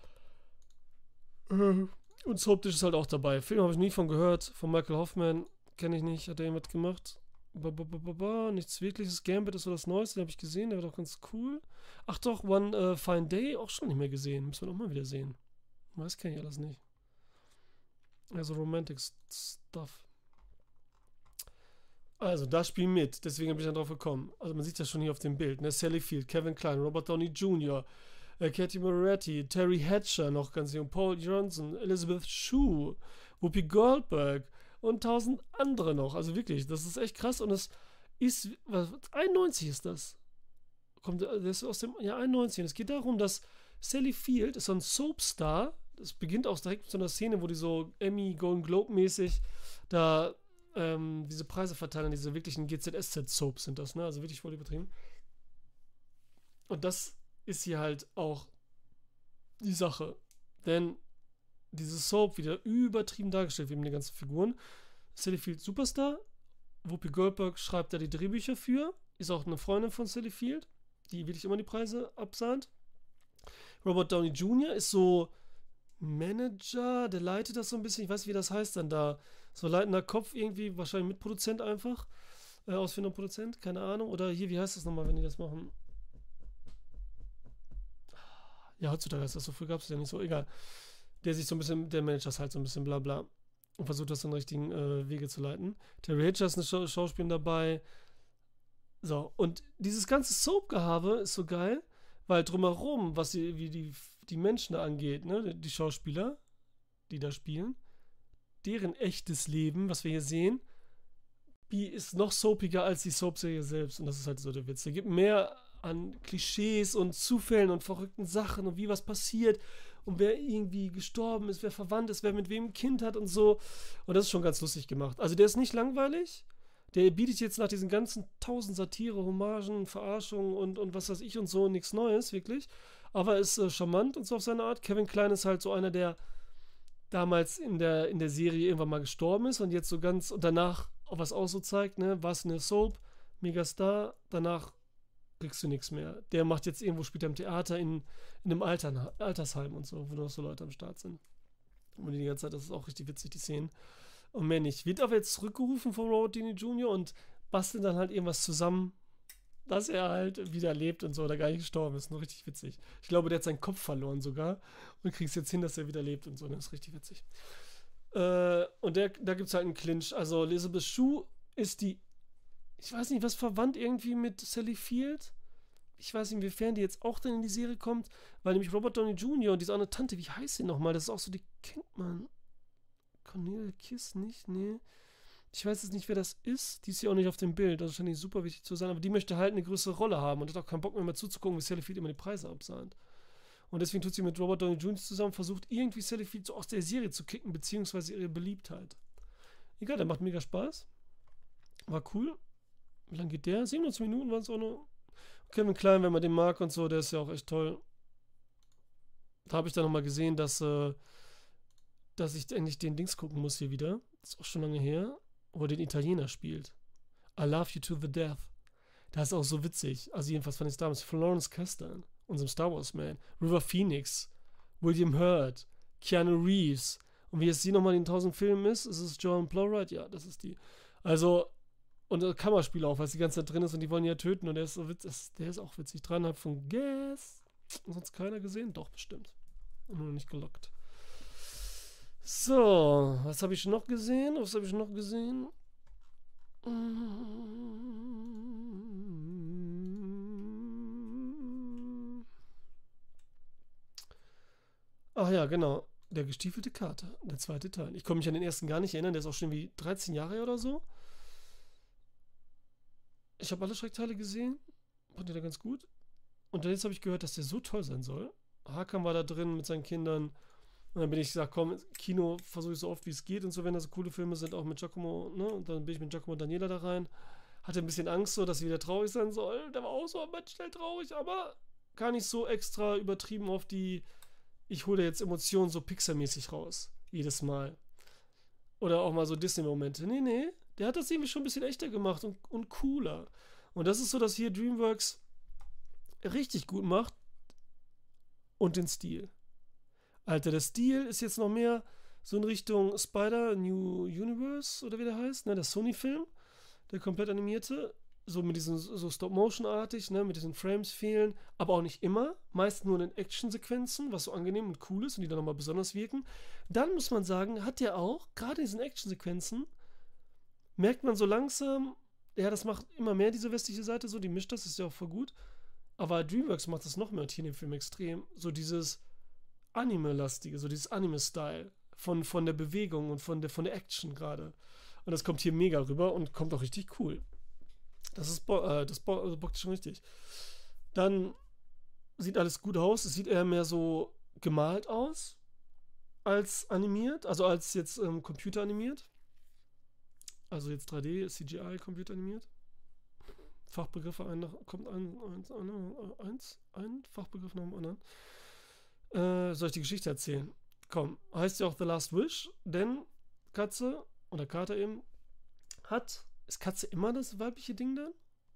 Und Soapdish ist halt auch dabei. Film habe ich nie von gehört, von Michael Hoffman, kenne ich nicht, hat er irgendwas gemacht. Ba, ba, ba, ba, ba. Nichts wirkliches. Gambit ist so das Neueste, den habe ich gesehen, der war doch ganz cool. Ach doch, One uh, Fine Day, auch schon nicht mehr gesehen. Müssen wir doch mal wieder sehen. Das kenne ich alles nicht. Also Romantic Stuff. Also, da spielen mit, deswegen bin ich dann drauf gekommen. Also man sieht das schon hier auf dem Bild, ne? Sally Field, Kevin Kline, Robert Downey Junior, äh, Katie Moretti, Terry Hatcher, noch ganz jung, Paul Johnson, Elizabeth Shue, Whoopi Goldberg und tausend andere noch. Also wirklich, das ist echt krass und es ist, was, einundneunzig ist das. Kommt, das ist aus dem Jahr einundneunzig und es geht darum, dass Sally Field ist so ein Soapstar. Das beginnt auch direkt mit so einer Szene, wo die so Emmy, Golden Globe mäßig da ähm, diese Preise verteilen, diese wirklichen G Z S Z-Soaps sind das, ne? Also wirklich voll übertrieben. Und das ist hier halt auch die Sache. Denn diese Soap wieder übertrieben dargestellt wird mit den ganzen Figuren. Sally Field Superstar. Whoopi Goldberg schreibt da die Drehbücher für. Ist auch eine Freundin von Sally Field, die wirklich immer die Preise absahnt. Robert Downey Junior ist so Manager, der leitet das so ein bisschen. Ich weiß nicht, wie das heißt dann da. So leitender Kopf irgendwie, wahrscheinlich Mitproduzent einfach. Äh, ausführender Produzent, keine Ahnung. Oder hier, wie heißt das nochmal, wenn die das machen? Ja, heutzutage ist das so, früh gab es ja nicht so, egal. Der sich so ein bisschen, der Manager ist halt so ein bisschen bla bla. Und versucht das in den richtigen äh, Wege zu leiten. Terry Hatcher ist eine Schau Schauspielerin dabei. So, und dieses ganze Soap-Gehabe ist so geil, weil drumherum, was die, wie die, die Menschen da angeht, ne, die Schauspieler, die da spielen, deren echtes Leben, was wir hier sehen, die ist noch soapiger als die Soap-Serie selbst. Und das ist halt so der Witz. Da gibt mehr an Klischees und Zufällen und verrückten Sachen und wie was passiert und wer irgendwie gestorben ist, wer verwandt ist, wer mit wem ein Kind hat und so. Und das ist schon ganz lustig gemacht. Also der ist nicht langweilig. Der bietet jetzt nach diesen ganzen tausend Satire, Hommagen, Verarschungen und, und was weiß ich und so nichts Neues, wirklich. Aber ist äh, charmant und so auf seine Art. Kevin Kline ist halt so einer, der damals in der, in der Serie irgendwann mal gestorben ist und jetzt so ganz und danach auch was auch so zeigt, ne, was eine Soap, Megastar, danach kriegst du nichts mehr. Der macht jetzt irgendwo, spielt er im Theater in, in einem Altern, Altersheim und so, wo noch so Leute am Start sind. Und die ganze Zeit, das ist auch richtig witzig, die Szenen. Und mehr nicht. Wird aber jetzt zurückgerufen von Robert Downey Junior und bastelt dann halt irgendwas zusammen, dass er halt wieder lebt und so, oder gar nicht gestorben ist. Nur richtig witzig. Ich glaube, der hat seinen Kopf verloren sogar und kriegst jetzt hin, dass er wieder lebt und so. Das ist richtig witzig. Äh, und der, da gibt es halt einen Clinch. Also Elizabeth Shue ist die, ich weiß nicht, was verwandt irgendwie mit Sally Field. Ich weiß nicht, inwiefern die jetzt auch dann in die Serie kommt, weil nämlich Robert Downey Junior und diese andere Tante, wie heißt sie nochmal? Das ist auch so, die kennt man. Cornelia Kiss nicht? Nee. Ich weiß jetzt nicht, wer das ist. Die ist ja auch nicht auf dem Bild. Das scheint nicht super wichtig zu sein. Aber die möchte halt eine größere Rolle haben und hat auch keinen Bock mehr, mehr zuzugucken, wie Sally Field immer die Preise absahnt. Und deswegen tut sie mit Robert Downey Junior zusammen, versucht irgendwie Sally Field so aus der Serie zu kicken, beziehungsweise ihre Beliebtheit. Egal, der macht mega Spaß. War cool. Wie lange geht der? siebenundneunzig Minuten waren es auch noch. Kevin Kline, wenn man den mag und so, der ist ja auch echt toll. Da habe ich dann nochmal gesehen, dass, äh, dass ich endlich den Dings gucken muss hier wieder. Das ist auch schon lange her. Wo er den Italiener spielt. I Love You to the Death. Das ist auch so witzig. Also jedenfalls fand ich es damals. Florence Kasdan, unserem Star Wars Man. River Phoenix. William Hurt. Keanu Reeves. Und wie jetzt sie nochmal in den tausend Filmen ist, ist es Joan Plowright? Ja, das ist die. Also, und der Kammerspieler auch, weil sie die ganze Zeit drin ist und die wollen ihn ja töten. Und der ist so witzig. Der ist auch witzig. Dreieinhalb von Guess. Sonst keiner gesehen? Doch, bestimmt. Nur noch nicht gelockt. So, was habe ich noch gesehen? Was habe ich noch gesehen? Ach ja, genau. Der gestiefelte Kater, der zweite Teil. Ich kann mich an den ersten gar nicht erinnern, der ist auch schon wie dreizehn Jahre her oder so. Ich habe alle Schreckteile gesehen. Fand ich da ganz gut. Und jetzt habe ich gehört, dass der so toll sein soll. Hakan war da drin mit seinen Kindern. Und dann bin ich gesagt, komm, Kino versuche ich so oft wie es geht und so, wenn das so coole Filme sind, auch mit Giacomo, ne? Und dann bin ich mit Giacomo und Daniela da rein. Hatte ein bisschen Angst so, dass sie wieder traurig sein soll. Der war auch so am schnell traurig, aber gar nicht so extra übertrieben auf die, ich hole jetzt Emotionen so Pixar-mäßig raus. Jedes Mal. Oder auch mal so Disney-Momente. Nee, nee. Der hat das irgendwie schon ein bisschen echter gemacht und, und cooler. Und das ist so, dass hier DreamWorks richtig gut macht. Und den Stil. Alter, der Stil ist jetzt noch mehr so in Richtung Spider New Universe oder wie der heißt, ne, der Sony-Film, der komplett animierte, so mit diesen so Stop-Motion-artig, ne, mit diesen Frames fehlen, aber auch nicht immer, meist nur in den Action-Sequenzen, was so angenehm und cool ist und die dann nochmal besonders wirken. Dann muss man sagen, hat der auch, gerade in diesen Action-Sequenzen, merkt man so langsam, ja, das macht immer mehr diese westliche Seite so, die mischt das, ist ja auch voll gut, aber DreamWorks macht das noch mehr und hier in dem Film extrem, so dieses Anime-lastige, so dieses Anime-Style von, von der Bewegung und von der, von der Action gerade. Und das kommt hier mega rüber und kommt auch richtig cool. Das ist, bo äh, das bo also bockt schon richtig. Dann sieht alles gut aus. Es sieht eher mehr so gemalt aus als animiert, also als jetzt ähm, computeranimiert. Also jetzt drei D, C G I, computeranimiert. Fachbegriffe, ein, kommt ein, eins, eins, ein Fachbegriff nach dem anderen. Äh, soll ich die Geschichte erzählen? Komm, heißt ja auch The Last Wish, denn Katze, oder Kater eben, hat, ist Katze immer das weibliche Ding dann?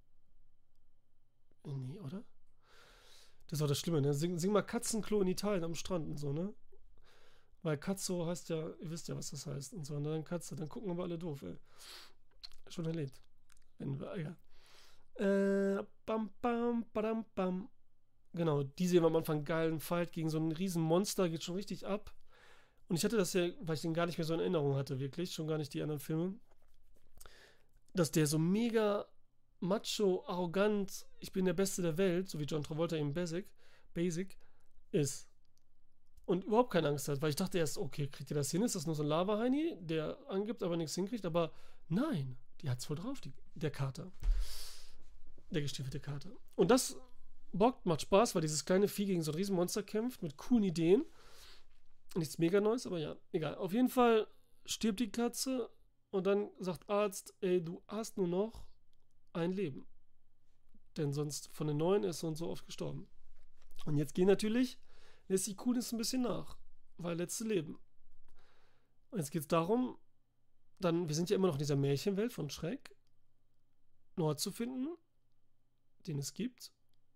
Nee, oder? Das ist auch das Schlimme, ne? Sing, sing mal Katzenklo in Italien am Strand und so, ne? Weil Katzo heißt ja, ihr wisst ja, was das heißt und so, und dann Katze, dann gucken aber alle doof, ey. Schon erlebt. Wenn wir, ja. Äh, bam, bam, badam, bam. Genau, die sehen wir am Anfang geilen Fight gegen so ein riesen Monster, geht schon richtig ab. Und ich hatte das ja, weil ich den gar nicht mehr so in Erinnerung hatte, wirklich, schon gar nicht die anderen Filme, dass der so mega macho, arrogant, ich bin der Beste der Welt, so wie John Travolta eben Basic, Basic ist. Und überhaupt keine Angst hat, weil ich dachte erst, okay, kriegt ihr das hin? Ist das nur so ein Lava-Heini, der angibt, aber nichts hinkriegt? Aber nein, die hat's voll drauf, die, der Kater. Der gestiefelte Kater. Und das bockt, macht Spaß, weil dieses kleine Vieh gegen so ein Riesenmonster kämpft, mit coolen Ideen. Nichts mega Neues, aber ja, egal. Auf jeden Fall stirbt die Katze und dann sagt Arzt, ey, du hast nur noch ein Leben. Denn sonst von den neun ist so und so oft gestorben. Und jetzt gehen natürlich, lässt die Coolness ein bisschen nach, weil letzte Leben. Und jetzt geht es darum, dann, wir sind ja immer noch in dieser Märchenwelt von Schreck, einen Ort zu finden, den es gibt,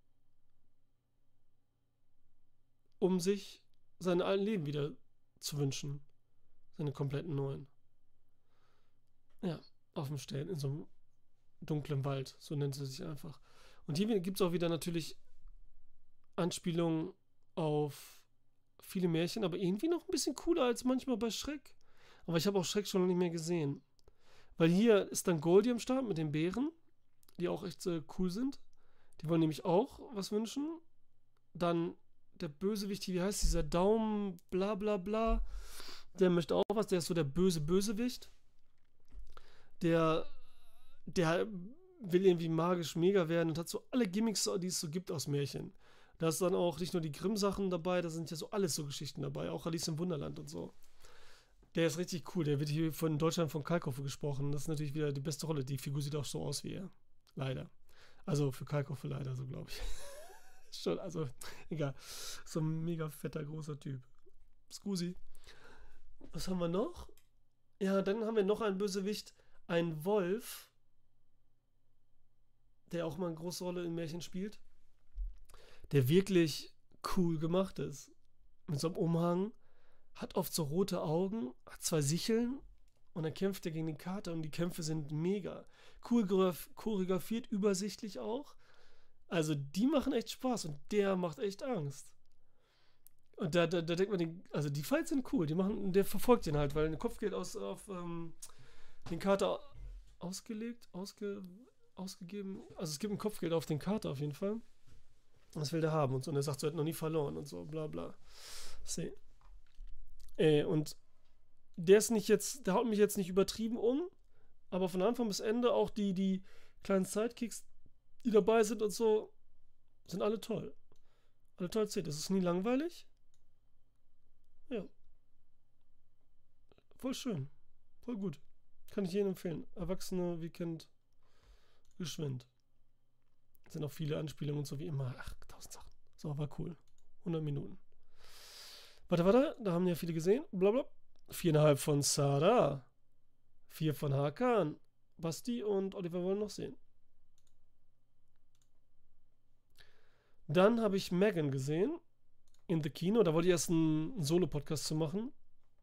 um sich seine alten Leben wieder zu wünschen. Seine kompletten neuen. Ja, auf dem Stellen, in so einem dunklen Wald, so nennt sie sich einfach. Und hier gibt es auch wieder natürlich Anspielungen auf viele Märchen, aber irgendwie noch ein bisschen cooler als manchmal bei Schreck. Aber ich habe auch Schreck schon noch nicht mehr gesehen. Weil hier ist dann Goldie am Start mit den Bären, die auch echt äh, cool sind. Die wollen nämlich auch was wünschen. Dann der Bösewicht, wie heißt dieser Daumen, bla bla bla, der möchte auch was, der ist so der böse Bösewicht. Der, der will irgendwie magisch mega werden und hat so alle Gimmicks, die es so gibt aus Märchen. Da ist dann auch nicht nur die Grimm-Sachen dabei, da sind ja so alles so Geschichten dabei, auch Alice im Wunderland und so. Der ist richtig cool, der wird hier von Deutschland von Kalkofe gesprochen. Das ist natürlich wieder die beste Rolle. Die Figur sieht auch so aus wie er. Leider. Also für Kalkofe leider, so glaube ich. Schon, also, egal. So ein mega fetter, großer Typ. Scusi. Was haben wir noch? Ja, dann haben wir noch einen Bösewicht, einen Wolf, der auch mal eine große Rolle in Märchen spielt, der wirklich cool gemacht ist. Mit so einem Umhang, hat oft so rote Augen, hat zwei Sicheln und dann kämpft er gegen den Kater und die Kämpfe sind mega. Cool choreografiert, übersichtlich auch. Also die machen echt Spaß und der macht echt Angst. Und da, da, da denkt man, den, also die Fights sind cool, die machen, der verfolgt den halt, weil ein Kopfgeld aus, auf ähm, den Kater ausgelegt, ausge, ausgegeben, also es gibt ein Kopfgeld auf den Kater auf jeden Fall. Das will der haben und so. Und er sagt, so, er hat noch nie verloren und so, bla bla. See. Ey, und der ist nicht jetzt, der haut mich jetzt nicht übertrieben um, aber von Anfang bis Ende auch die, die kleinen Sidekicks, die dabei sind und so, Sind alle toll. Alle toll erzählt. Es ist nie langweilig. Ja. Voll schön. Voll gut. Kann ich jedem empfehlen. Erwachsene Weekend geschwind. Sind auch viele Anspielungen und so wie immer. Ach, tausend Sachen. So, war cool. hundert Minuten. Warte, warte. Da haben ja viele gesehen. Blablabla. Viereinhalb von Sarah. Vier von Hakan. Basti und Oliver wollen noch sehen. Dann habe ich Megan gesehen. In the Kino. Da wollte ich erst einen, einen Solo-Podcast zu machen.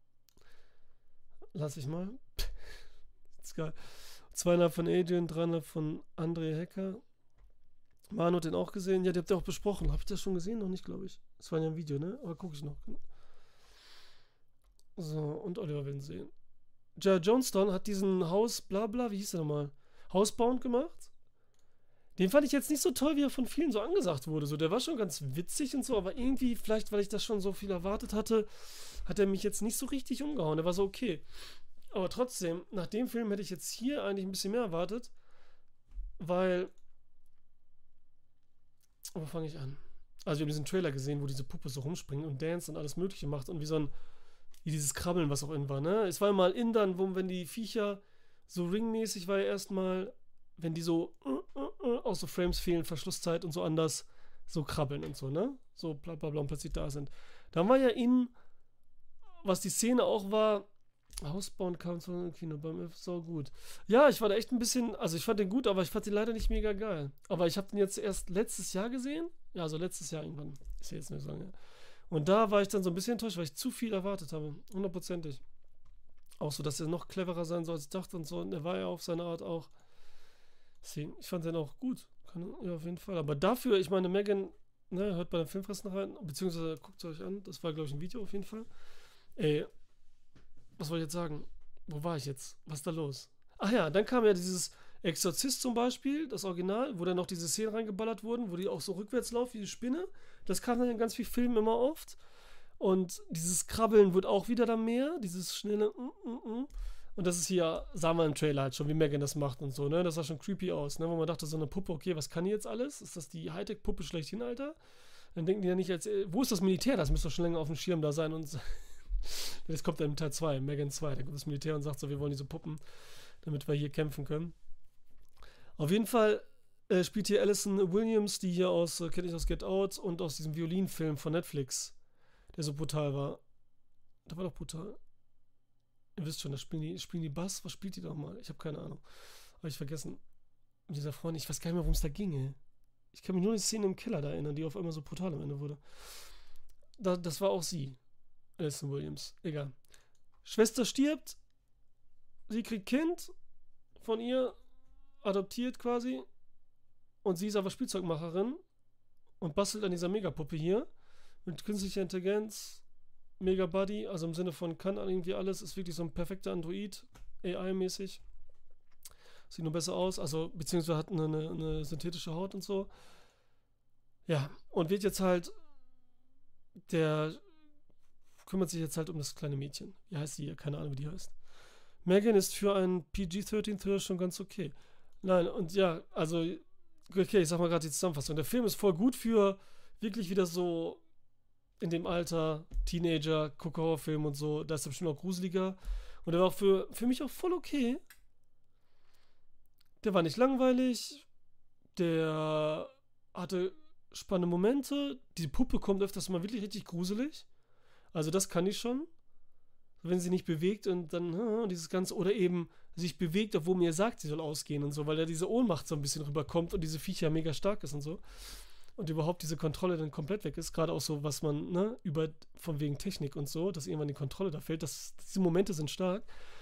Lass ich mal. Das ist geil. Zweieinhalb von Adrian, dreieinhalb von André Hecker. Manu hat den auch gesehen. Ja, die habt ihr auch besprochen. Habt ihr das schon gesehen? Noch nicht, glaube ich. Das war ja ein Video, ne? Aber gucke ich noch. So, und Oliver will ihn sehen. Ja, Johnston hat diesen Haus, bla bla, wie hieß der nochmal? Housebound gemacht. Den fand ich jetzt nicht so toll, wie er von vielen so angesagt wurde. So, der war schon ganz witzig und so, aber irgendwie, vielleicht, weil ich das schon so viel erwartet hatte, hat er mich jetzt nicht so richtig umgehauen. Der war so okay. Aber trotzdem, nach dem Film hätte ich jetzt hier eigentlich ein bisschen mehr erwartet, weil. Wo fange ich an? Also, wir haben diesen Trailer gesehen, wo diese Puppe so rumspringt und dance und alles Mögliche macht und wie so ein. Wie dieses Krabbeln, was auch in war, ne? Es war mal in dann, wo, wenn die Viecher so ringmäßig war ja erstmal, wenn die so uh, uh, uh, aus so Frames fehlen, Verschlusszeit und so anders, so krabbeln und so, ne? So bla bla bla und plötzlich da sind. Dann war ja in, was die Szene auch war, Housebound Council im Kino beim F, so gut. Ja, ich war da echt ein bisschen, also ich fand den gut, aber ich fand den leider nicht mega geil. Aber ich habe den jetzt erst letztes Jahr gesehen. Ja, also letztes Jahr irgendwann. Ist ja jetzt nicht so lange. Und da war ich dann so ein bisschen enttäuscht, weil ich zu viel erwartet habe. Hundertprozentig. Auch so, dass er noch cleverer sein soll, als ich dachte und so. Und er war ja auf seine Art auch. Deswegen, ich fand den auch gut. Kann, ja, auf jeden Fall. Aber dafür, ich meine, Megan, ne, hört bei den Filmfressen rein, beziehungsweise guckt es euch an. Das war, glaube ich, ein Video auf jeden Fall. Ey, was wollte ich jetzt sagen? Wo war ich jetzt? Was ist da los? Ach ja, dann kam ja dieses Exorzist zum Beispiel, das Original, wo dann noch diese Szenen reingeballert wurden, wo die auch so rückwärts laufen wie die Spinne. Das kam dann in ganz vielen Filmen immer oft. Und dieses Krabbeln wird auch wieder da mehr, dieses schnelle mm, mm, mm. Und das ist hier, sah man im Trailer halt schon, wie Megan das macht und so, ne? Das sah schon creepy aus, ne? Wo man dachte, so eine Puppe, okay, was kann die jetzt alles? Ist das die Hightech-Puppe schlechthin, Alter? Dann denken die ja nicht, als, wo ist das Militär? Das müsste doch schon länger auf dem Schirm da sein und das kommt dann im Teil zwei, Megan zwei, da kommt das Militär und sagt so, wir wollen diese Puppen, damit wir hier kämpfen können. Auf jeden Fall äh, spielt hier Alison Williams, die hier aus, äh, kenne ich aus Get Out und aus diesem Violinfilm von Netflix, der so brutal war. Der war doch brutal. Ihr wisst schon, da spielen die, spielen die Bass. Was spielt die doch mal? Ich habe keine Ahnung. Habe ich vergessen. Mit dieser Freundin, ich weiß gar nicht mehr, worum es da ging, ey. Ich kann mich nur an die Szene im Keller da erinnern, die auf einmal so brutal am Ende wurde. Da, das war auch sie. Alison Williams. Egal. Schwester stirbt. Sie kriegt Kind von ihr. Adoptiert quasi. Und sie ist aber Spielzeugmacherin. Und bastelt an dieser Megapuppe hier. Mit künstlicher Intelligenz. Mega Buddy. Also im Sinne von kann irgendwie alles. Ist wirklich so ein perfekter Android. A I-mäßig. Sieht nur besser aus. Also beziehungsweise hat eine, eine, eine synthetische Haut und so. Ja. Und wird jetzt halt der kümmert sich jetzt halt um das kleine Mädchen. Wie heißt sie? Keine Ahnung, wie die heißt. Megan ist für einen P G dreizehn Thriller schon ganz okay. Nein, und ja, also, okay, ich sag mal gerade die Zusammenfassung. Der Film ist voll gut für wirklich wieder so in dem Alter, Teenager, Horrorfilm und so. Da ist er bestimmt auch gruseliger. Und der war auch für, für mich auch voll okay. Der war nicht langweilig. Der hatte spannende Momente. Die Puppe kommt öfters mal wirklich richtig gruselig. Also das kann ich schon. Wenn sie nicht bewegt und dann hm, dieses Ganze, oder eben sich bewegt, obwohl mir sagt, sie soll ausgehen und so, weil da diese Ohnmacht so ein bisschen rüberkommt und diese Viecher mega stark ist und so. Und überhaupt diese Kontrolle dann komplett weg ist. Gerade auch so, was man, ne, über, von wegen Technik und so, dass irgendwann die Kontrolle da fällt. Das, diese Momente sind stark.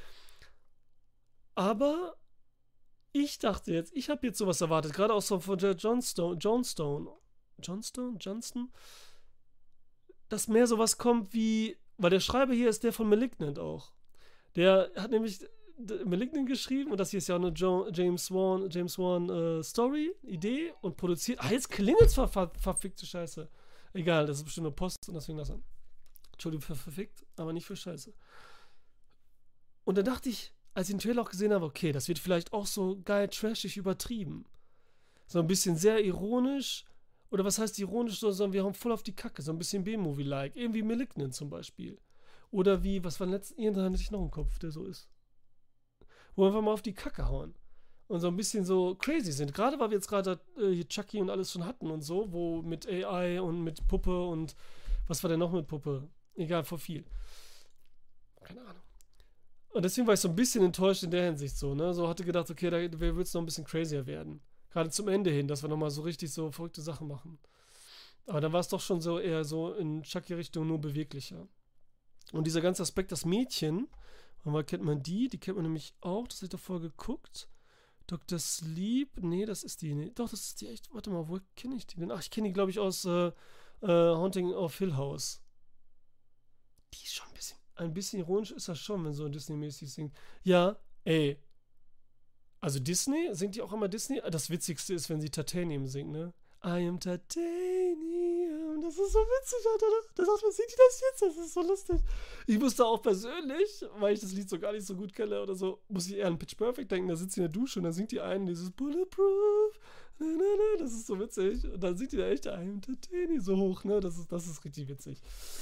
Aber ich dachte jetzt, ich habe jetzt sowas erwartet, gerade auch so von Johnstone, Johnstone, Johnstone, Johnston, dass mehr sowas kommt wie, weil der Schreiber hier ist der von Malignant auch. Der hat nämlich Malignant geschrieben und das hier ist ja auch eine jo- James Wan, James Wan äh, Story, Idee und produziert. Ah, jetzt klingelt's ver- ver- verfickte Scheiße. Egal, das ist bestimmt eine Post und deswegen das an. Entschuldigung für verfickt, aber nicht für Scheiße. Und dann dachte ich, als ich den Trailer auch gesehen habe, okay, das wird vielleicht auch so geil trashig übertrieben. So ein bisschen sehr ironisch Oder was heißt ironisch, so, sondern wir hauen voll auf die Kacke, so ein bisschen B-Movie-like. Irgendwie Malignant zum Beispiel. Oder wie, was war letztens, irgendwann hatte ich noch im Kopf, der so ist. Wo wir einfach mal auf die Kacke hauen. Und so ein bisschen so crazy sind. Gerade weil wir jetzt gerade äh, hier Chucky und alles schon hatten und so, wo mit A I und mit Puppe und was war denn noch mit Puppe? Egal, vor viel. Keine Ahnung. Und deswegen war ich so ein bisschen enttäuscht in der Hinsicht so, ne? So hatte gedacht, okay, da wird es noch ein bisschen crazier werden. Gerade zum Ende hin, dass wir nochmal so richtig so verrückte Sachen machen. Aber dann war es doch schon so eher so in Chucky-Richtung nur beweglicher. Und dieser ganze Aspekt, das Mädchen, und mal kennt man die, die kennt man nämlich auch, das habe ich davor geguckt. Doktor Sleep, nee, das ist die, nee, doch, das ist die echt, warte mal, wo kenne ich die denn? Ach, ich kenne die, glaube ich, aus äh, äh, Haunting of Hill House. Die ist schon ein bisschen, ein bisschen ironisch ist das schon, wenn so Disney-mäßig singt. Ja, ey. Also Disney, singt die auch immer Disney? Das Witzigste ist, wenn sie Titanium singt, ne? I am Titanium. Das ist so witzig, Alter. Da sagt man, singt die das jetzt? Das ist so lustig. Ich musste auch persönlich, weil ich das Lied so gar nicht so gut kenne oder so, muss ich eher an Pitch Perfect denken. Da sitzt sie in der Dusche und dann singt die einen dieses Bulletproof. Na, na, na. Das ist so witzig. Und dann singt die da echt I am Titanium so hoch, ne? Das ist, das ist richtig witzig.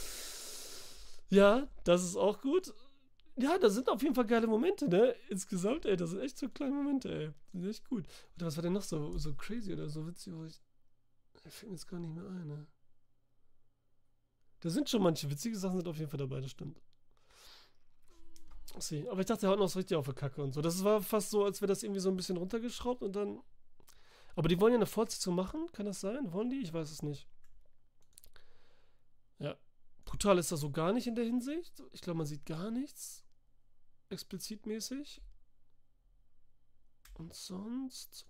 Ja, das ist auch gut. Ja, da sind auf jeden Fall geile Momente, ne? Insgesamt, ey, das sind echt so kleine Momente, ey. Die sind echt gut. Oder was war denn noch so, so crazy oder so witzig, wo ich. Da fällt mir jetzt gar nicht mehr ein, ne? Da sind schon manche witzige Sachen, sind auf jeden Fall dabei, das stimmt. See. Aber ich dachte, er haut noch so richtig auf der Kacke und so. Das war fast so, als wäre das irgendwie so ein bisschen runtergeschraubt und dann. Aber die wollen ja eine Fortsetzung machen, kann das sein? Wollen die? Ich weiß es nicht. Ja. Brutal ist das so gar nicht in der Hinsicht. Ich glaube, man sieht gar nichts. Explizitmäßig. Und sonst.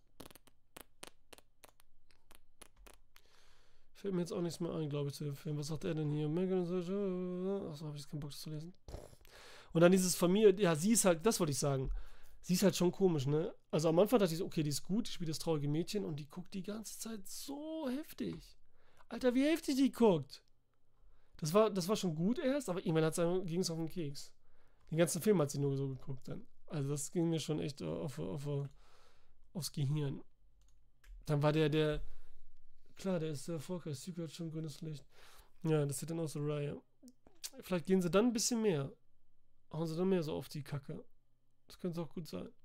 Fällt mir jetzt auch nichts mehr ein, glaube ich, zu dem Film. Was sagt er denn hier? Achso, habe ich jetzt keinen Bock, das zu lesen. Und dann dieses Familie, ja, sie ist halt, das wollte ich sagen. Sie ist halt schon komisch, ne? Also am Anfang dachte ich so, okay, die ist gut, die spielt das traurige Mädchen und die guckt die ganze Zeit so heftig. Alter, wie heftig die guckt. Das war, das war schon gut erst, aber irgendwann ging es auf den Keks. Den ganzen Film hat sie nur so geguckt dann. Also das ging mir schon echt auf, auf, auf, aufs Gehirn. Dann war der, der, klar, der ist sehr erfolgreich. Psycho hat schon grünes Licht. Ja, das sieht dann aus so Raya. Vielleicht gehen sie dann ein bisschen mehr. Hauen sie dann mehr so auf die Kacke. Das könnte auch gut sein.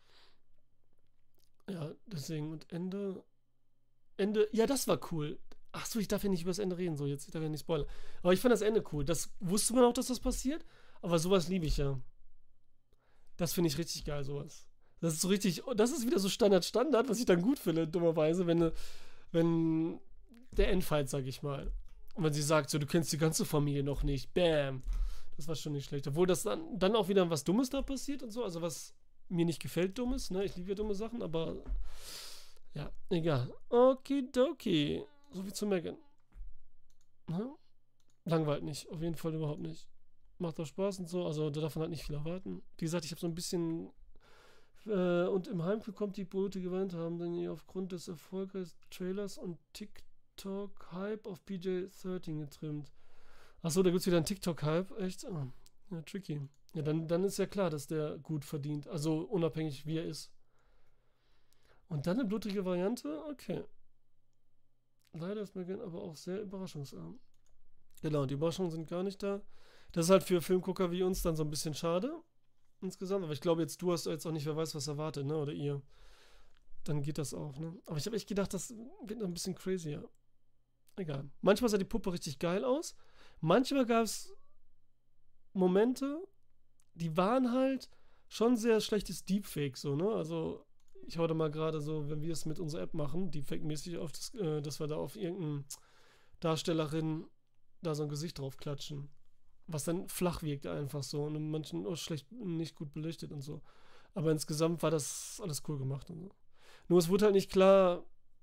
Ja, deswegen. Und Ende. Ende. Ja, das war cool. Ach so, ich darf ja nicht über das Ende reden. So, jetzt ich darf ja nicht spoilern. Aber ich fand das Ende cool. Das wusste man auch, dass das passiert. Aber sowas liebe ich ja. Das finde ich richtig geil, sowas. Das ist so richtig. Das ist wieder so Standard, Standard, was ich dann gut finde, dummerweise, wenn, wenn der Endfight, sag ich mal. Und wenn sie sagt, so, du kennst die ganze Familie noch nicht. Bam. Das war schon nicht schlecht. Obwohl das dann, dann auch wieder was Dummes da passiert und so. Also was mir nicht gefällt, Dummes. Ne? Ich liebe ja dumme Sachen, aber ja, egal. Okidoki. So viel zu Megan. Ne? Langweilt nicht. Auf jeden Fall überhaupt nicht. Macht auch Spaß und so. Also da darf man halt nicht viel erwarten. Wie gesagt, ich habe so ein bisschen äh, und im Heimspiel kommt die blutige Wand, haben dann aufgrund des erfolgreichen Trailers und TikTok-Hype auf P J dreizehn getrimmt. Achso, da gibt es wieder einen TikTok-Hype. Echt? Oh, ja, tricky. Ja, dann, dann ist ja klar, dass der gut verdient. Also unabhängig, wie er ist. Und dann eine blutige Variante? Okay. Leider ist Megan aber auch sehr überraschungsarm. Genau, die Überraschungen sind gar nicht da. Das ist halt für Filmgucker wie uns dann so ein bisschen schade. Insgesamt. Aber ich glaube, jetzt du hast jetzt auch nicht, wer weiß, was erwartet, ne? Oder ihr. Dann geht das auch, ne? Aber ich habe echt gedacht, das wird noch ein bisschen crazier. Egal. Manchmal sah die Puppe richtig geil aus. Manchmal gab es Momente, die waren halt schon sehr schlechtes Deepfake, so, ne? Also, ich hau da mal gerade so, wenn wir es mit unserer App machen, Deepfake-mäßig, auf das, äh, dass wir da auf irgendeine Darstellerin da so ein Gesicht drauf klatschen. Was dann flach wirkt einfach so und in manchen auch schlecht, nicht gut belichtet und so. Aber insgesamt war das alles cool gemacht und so. Nur es wurde halt nicht klar.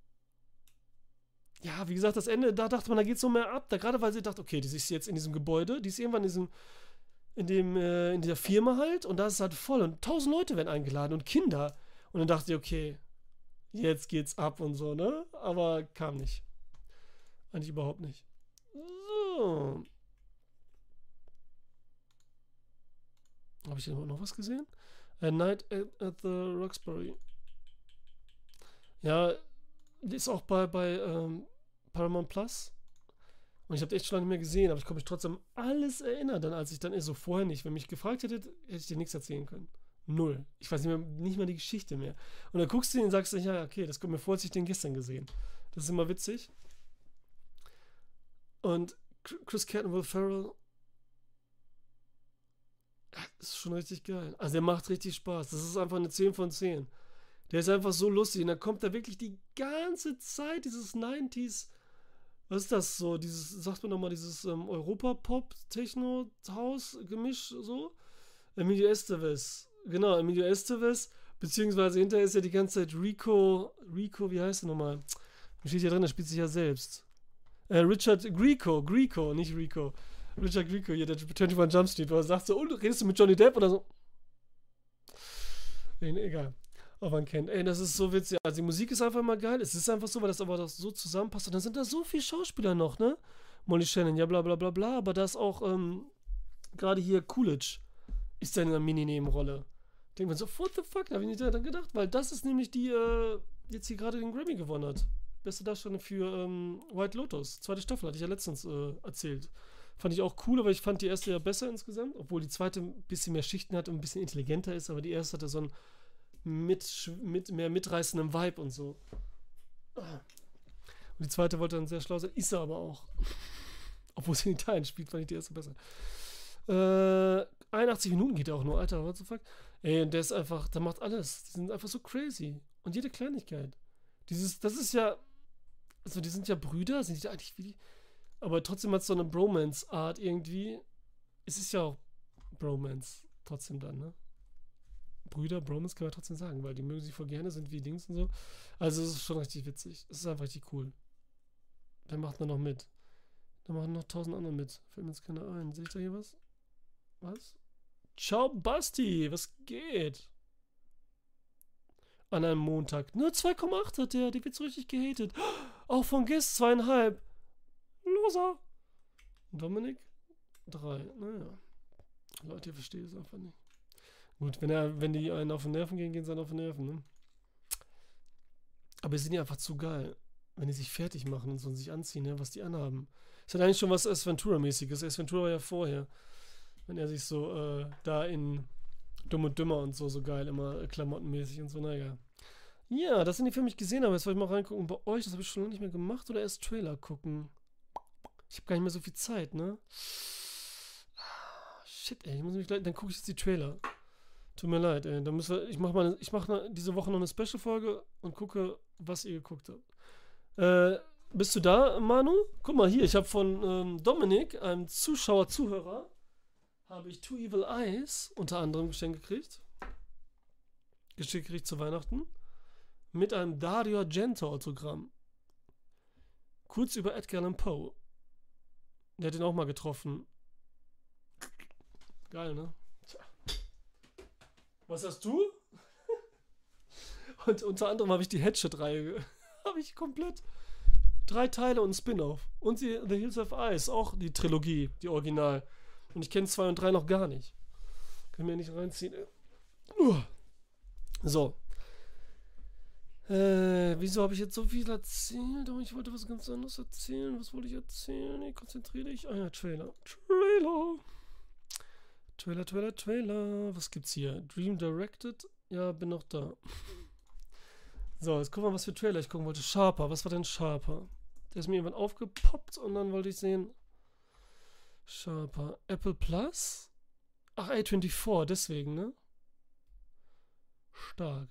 Ja, wie gesagt, das Ende, da dachte man, da geht es so mehr ab. Da gerade weil sie dachte, okay, die ist jetzt in diesem Gebäude, die ist irgendwann in diesem, in dem, äh, in dieser Firma halt und da ist es halt voll und tausend Leute werden eingeladen und Kinder. Und dann dachte ich, okay, jetzt geht's ab und so, ne? Aber kam nicht. Eigentlich überhaupt nicht. So. Habe ich denn noch was gesehen? A Night at, at the Roxbury. Ja, ist auch bei, bei ähm, Paramount Plus. Und ich habe echt schon lange nicht mehr gesehen, aber ich konnte mich trotzdem alles erinnern, dann als ich dann, so vorher nicht. Wenn mich gefragt hättet, hätte ich dir nichts erzählen können. Null. Ich weiß nicht mehr, nicht mal die Geschichte mehr. Und dann guckst du ihn und sagst, ja, okay, das kommt mir vor, als ich den gestern gesehen. Das ist immer witzig. Und Chris Pratt und Will Ferrell, das ist schon richtig geil. Also der macht richtig Spaß. Das ist einfach eine zehn von zehn. Der ist einfach so lustig. Und dann kommt da wirklich die ganze Zeit dieses neunziger, was ist das so? Dieses, sagt man nochmal, dieses ähm, Europa-Pop-Techno-Haus-Gemisch so? Emilio Estevez. Genau, Emilio Estevez. Beziehungsweise hinterher ist ja die ganze Zeit Rico. Rico, wie heißt er nochmal? Da steht ja drin, der spielt sich ja selbst. Äh, Richard Grieco. Grieco, nicht Rico. Richard Grieco, hier, der einundzwanzig Jump Street, wo er sagt so, oh, redest du mit Johnny Depp oder so? Nee, egal. Aber man kennt. Ey, das ist so witzig. Also die Musik ist einfach mal geil. Es ist einfach so, weil das aber das so zusammenpasst. Und dann sind da so viele Schauspieler noch, ne? Molly Shannon, ja bla bla bla bla. Aber da ist auch ähm, gerade hier Coolidge ist da in einer Mini-Nebenrolle. Denkt man so, what the fuck? Da habe ich nicht daran gedacht. Weil das ist nämlich die, äh, jetzt hier gerade den Grammy gewonnen hat. Beste Darstellerin für ähm, White Lotus. Zweite Staffel, hatte ich ja letztens äh, erzählt. Fand ich auch cool, aber ich fand die erste ja besser insgesamt. Obwohl die zweite ein bisschen mehr Schichten hat und ein bisschen intelligenter ist. Aber die erste hatte so ein mit, mit mehr mitreißendem Vibe und so. Und die zweite wollte dann sehr schlau sein, ist sie aber auch. Obwohl sie in Italien spielt, fand ich die erste besser. Äh, einundachtzig Minuten geht er auch nur, Alter, what the fuck? Ey, und der ist einfach, der macht alles. Die sind einfach so crazy. Und jede Kleinigkeit. Dieses, das ist ja, also die sind ja Brüder, sind die eigentlich wie die, aber trotzdem hat es so eine Bromance-Art irgendwie. Es ist ja auch Bromance trotzdem dann, ne? Brüder, Bromance kann man trotzdem sagen, weil die mögen sich voll gerne, sind wie Dings und so. Also es ist schon richtig witzig. Es ist einfach richtig cool. Wer macht da noch mit? Da machen noch tausend andere mit. Fällt mir jetzt keiner ein. Sehe ich da hier was? Was? Ciao Basti, was geht? An einem Montag. Nur zwei Komma acht hat der, der wird so richtig gehatet. Auch von Guest zweieinhalb. Loser. Dominik? Drei. Naja. Leute, ihr versteht es einfach nicht. Gut, wenn, er, wenn die einen auf den Nerven gehen, gehen sie einen auf den Nerven, ne? Aber sie sind ja einfach zu geil. Wenn die sich fertig machen und so und sich anziehen, ne, was die anhaben. Ist halt eigentlich schon was Ace Ventura-mäßiges. Ace Ventura war ja vorher. Wenn er sich so äh, da in Dumm und Dümmer und so, so geil, immer äh, klamottenmäßig und so, naja. Ja, das sind die Filme, die ich gesehen habe. Jetzt wollte ich mal reingucken bei euch. Das habe ich schon lange nicht mehr gemacht. Oder erst Trailer gucken. Ich habe gar nicht mehr so viel Zeit, ne? Shit, ey. Ich muss mich gleich, dann gucke ich jetzt die Trailer. Tut mir leid, ey. Dann müssen wir, ich mache mal, ich mache diese Woche noch eine Special-Folge und gucke, was ihr geguckt habt. Äh, bist du da, Manu? Guck mal hier, ich habe von ähm, Dominik, einem Zuschauer, Zuhörer, habe ich Two Evil Eyes unter anderem geschenkt gekriegt. Geschenkt gekriegt zu Weihnachten. Mit einem Dario Argento Autogramm. Kurz über Edgar Allan Poe. Der hat ihn auch mal getroffen. Geil, ne? Tja. Was hast du? Und unter anderem habe ich die Hatchet-Reihe. Habe ich komplett. Drei Teile und ein Spin-off. Und die The Hills of Ice, auch die Trilogie, die Original. Und ich kenne zwei und drei noch gar nicht. Können wir nicht reinziehen. Uh. So. Äh, wieso habe ich jetzt so viel erzählt? Oh, ich wollte was ganz anderes erzählen. Was wollte ich erzählen? Nee, konzentriere dich. Ah ja, Trailer. Trailer. Trailer, Trailer, Trailer. Was gibt's hier? Dream Directed? Ja, bin noch da. So, jetzt gucken wir mal, was für Trailer ich gucken wollte. Sharper, was war denn Sharper? Der ist mir irgendwann aufgepoppt und dann wollte ich sehen. Sharper. Apple Plus? Ach, A vierundzwanzig, deswegen, ne? Stark.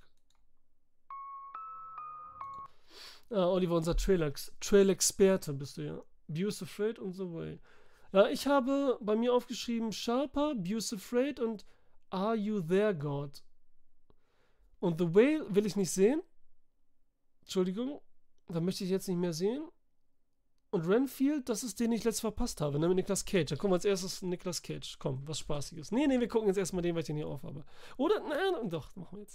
Ah, Oliver, unser Trailer, Trailer-Experte bist du ja. Bews Afraid und The Way. Ja, ich habe bei mir aufgeschrieben Sharper, Bews Afraid und Are You There, God? Und The Whale will ich nicht sehen. Entschuldigung, da möchte ich jetzt nicht mehr sehen. Und Renfield, das ist den, den ich letztes verpasst habe, ne, mit Nicolas Cage. Dann kommen wir als erstes Nicolas Cage. Komm, was Spaßiges. Nee, nee, wir gucken jetzt erstmal den, weil ich den hier aufhabe. Oder? Nein, doch, machen wir jetzt.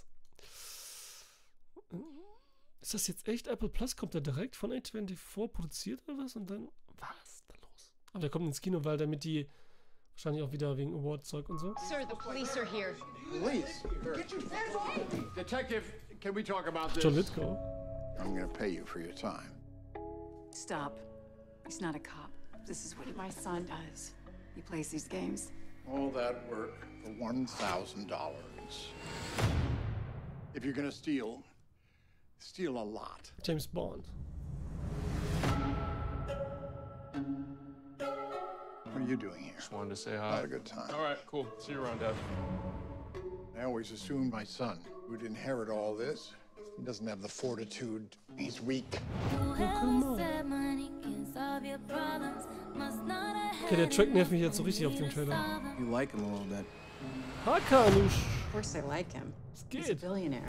Ist das jetzt echt Apple Plus? Kommt der direkt von A vierundzwanzig produziert oder was? Und dann, was ist da los? Aber der kommt ins Kino, weil damit die wahrscheinlich auch wieder wegen Award-Zeug und so. Sir, the police are here. Police? Get your hands off me! Detective, can we talk about this? John Lithgow. I'm gonna pay you for your time. Stop. He's not a cop. This is what my son does. He plays these games. All that work for one thousand dollars. If you're gonna steal, steal a lot. James Bond. What are you doing here? Just wanted to say Had hi. a good time. All right, cool. See you around, Dad. I always assumed my son would inherit all this. He doesn't have the fortitude. He's weak. Okay, der Track nervt mich jetzt so richtig auf dem Trailer. You like him a little bit. Hakanush. Of course I like him. Es He's a geht. billionaire.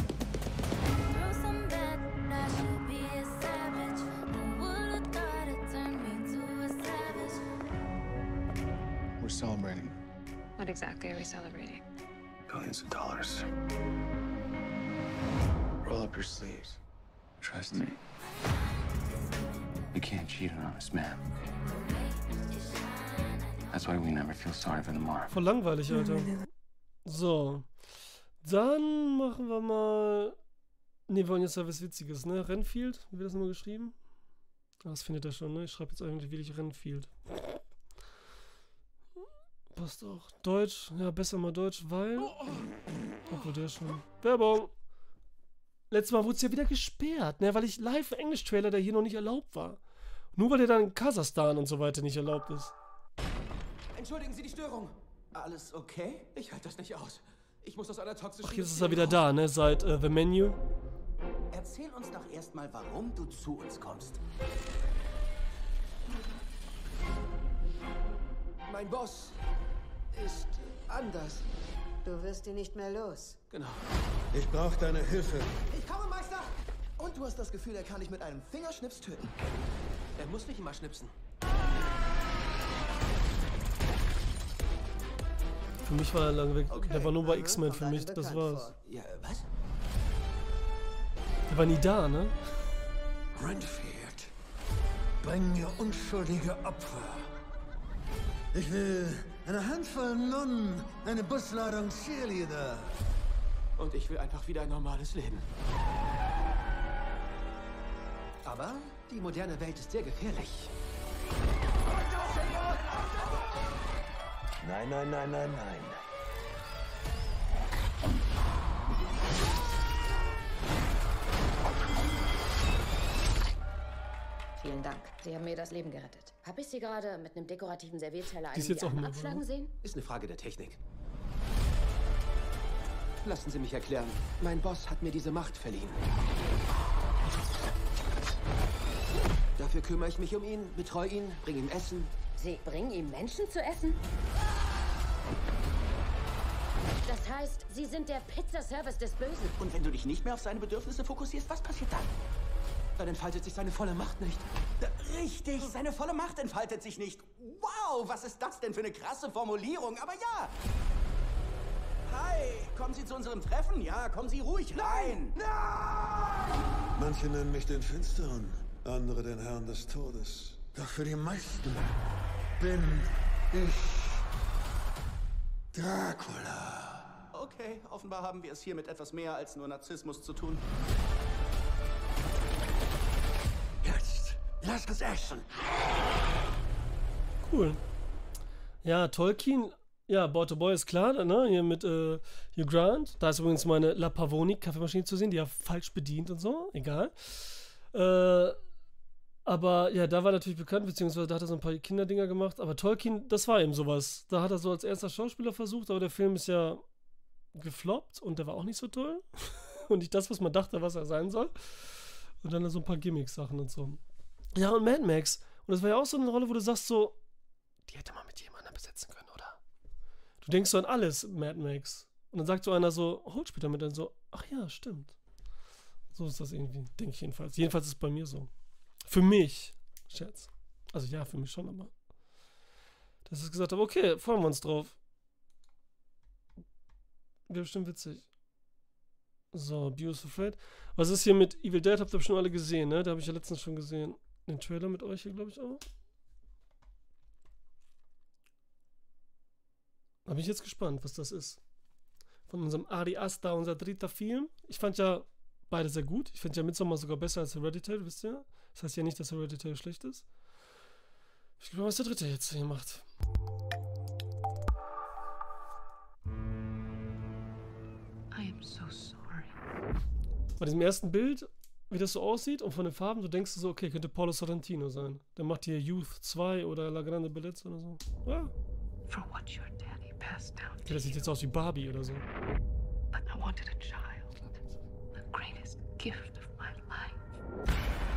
We're celebrating What exactly are we celebrating? billions of dollars. Roll up your sleeves. Trust me. You can't cheat an honest man. That's why we never feel sorry for tomorrow. Voll langweilig, Alter. So. Dann machen wir mal. Ne, wir wollen jetzt ja was Witziges, ne? Renfield, wie wird das nochmal geschrieben? Ah, das findet er schon, ne? Ich schreibe jetzt eigentlich wirklich Renfield. Passt auch. Deutsch, ja, besser mal Deutsch, weil. Obwohl der schon. Werbung! Letztes Mal wurde es ja wieder gesperrt, ne? Weil ich Live-Englisch-Trailer, der hier noch nicht erlaubt war. Nur weil der dann in Kasachstan und so weiter nicht erlaubt ist. Entschuldigen Sie die Störung. Alles okay? Ich halte das nicht aus. Ich muss aus einer toxischen... Ach, jetzt ist er wieder da, ne? Seit äh, The Menu. Erzähl uns doch erstmal, warum du zu uns kommst. Mein Boss ist anders. Du wirst ihn nicht mehr los. Genau. Ich brauche deine Hilfe. Ich komme, Meister! Und du hast das Gefühl, er kann dich mit einem Fingerschnips töten. Er muss nicht immer schnipsen. Für mich war er lang weg. Okay. Der war nur bei Mhm, X-Men kommt für einem mich, das bekannt war's. vor. Ja, was? Der war nie da, ne? Renfield, bring mir unschuldige Opfer. Ich will eine Handvoll Nonnen, eine Busladung Cheerleader. Und ich will einfach wieder ein normales Leben. Aber die moderne Welt ist sehr gefährlich. Nein, nein, nein, nein, nein. Vielen Dank. Sie haben mir das Leben gerettet. Hab ich Sie gerade mit einem dekorativen Servierteller Die ist einen jetzt auch Arm mal, abschlagen oder? sehen? Ist eine Frage der Technik. Lassen Sie mich erklären. Mein Boss hat mir diese Macht verliehen. Dafür kümmere ich mich um ihn, betreue ihn, bringe ihm Essen. Sie bringen ihm Menschen zu essen? Das heißt, Sie sind der Pizzaservice des Bösen. Und wenn du dich nicht mehr auf seine Bedürfnisse fokussierst, was passiert dann? Dann entfaltet sich seine volle Macht nicht. Richtig, seine volle Macht entfaltet sich nicht. Wow, was ist das denn für eine krasse Formulierung? Aber ja. Hi, kommen Sie zu unserem Treffen? Ja, kommen Sie ruhig rein. Nein! Manche nennen mich den Finsteren, andere den Herrn des Todes. Doch für die meisten bin ich Dracula. Okay, offenbar haben wir es hier mit etwas mehr als nur Narzissmus zu tun. Jetzt, lass uns essen. Cool. Ja, Tolkien, ja, Boy to Boy ist klar, ne? Hier mit äh, Hugh Grant. Da ist übrigens meine La Pavoni Kaffeemaschine zu sehen, die ja falsch bedient und so, egal. Äh, aber ja, da war er natürlich bekannt, beziehungsweise da hat er so ein paar Kinderdinger gemacht. Aber Tolkien, das war eben sowas. Da hat er so als erster Schauspieler versucht, aber der Film ist ja gefloppt und der war auch nicht so toll. Und nicht das, was man dachte, was er sein soll. Und dann so ein paar Gimmick-Sachen und so. Ja, und Mad Max. Und das war ja auch so eine Rolle, wo du sagst so, die hätte man mit jemandem besetzen können, oder? Du denkst so an alles, Mad Max. Und dann sagt so einer so, holt später mit, dann so, ach ja, stimmt. So ist das irgendwie, denke ich jedenfalls. Jedenfalls ist es bei mir so. Für mich, Scherz. Also ja, für mich schon, aber. Dass ich gesagt habe, okay, freuen wir uns drauf. Wäre bestimmt witzig. So, Bios Afraid. Was ist hier mit Evil Dead? Habt ihr schon alle gesehen, ne? Da habe ich ja letztens schon gesehen. Den Trailer mit euch hier, glaube ich, auch. Da bin ich jetzt gespannt, was das ist. Von unserem Ari Aster, unser dritter Film. Ich fand ja beide sehr gut. Ich finde ja Midsommar sogar besser als Hereditary, wisst ihr? Das heißt ja nicht, dass Hereditary schlecht ist. Ich glaube, was der dritte jetzt hier macht. I am so sorry. Bei diesem ersten Bild, wie das so aussieht und von den Farben, du denkst so, okay, könnte Paulo Sorrentino sein. Der macht hier Youth zwei oder La Grande Bellezza oder so. Ja. For what your daddy passed down to Das sieht jetzt aus wie Barbie oder so. But I wanted a child. The greatest gift of my life.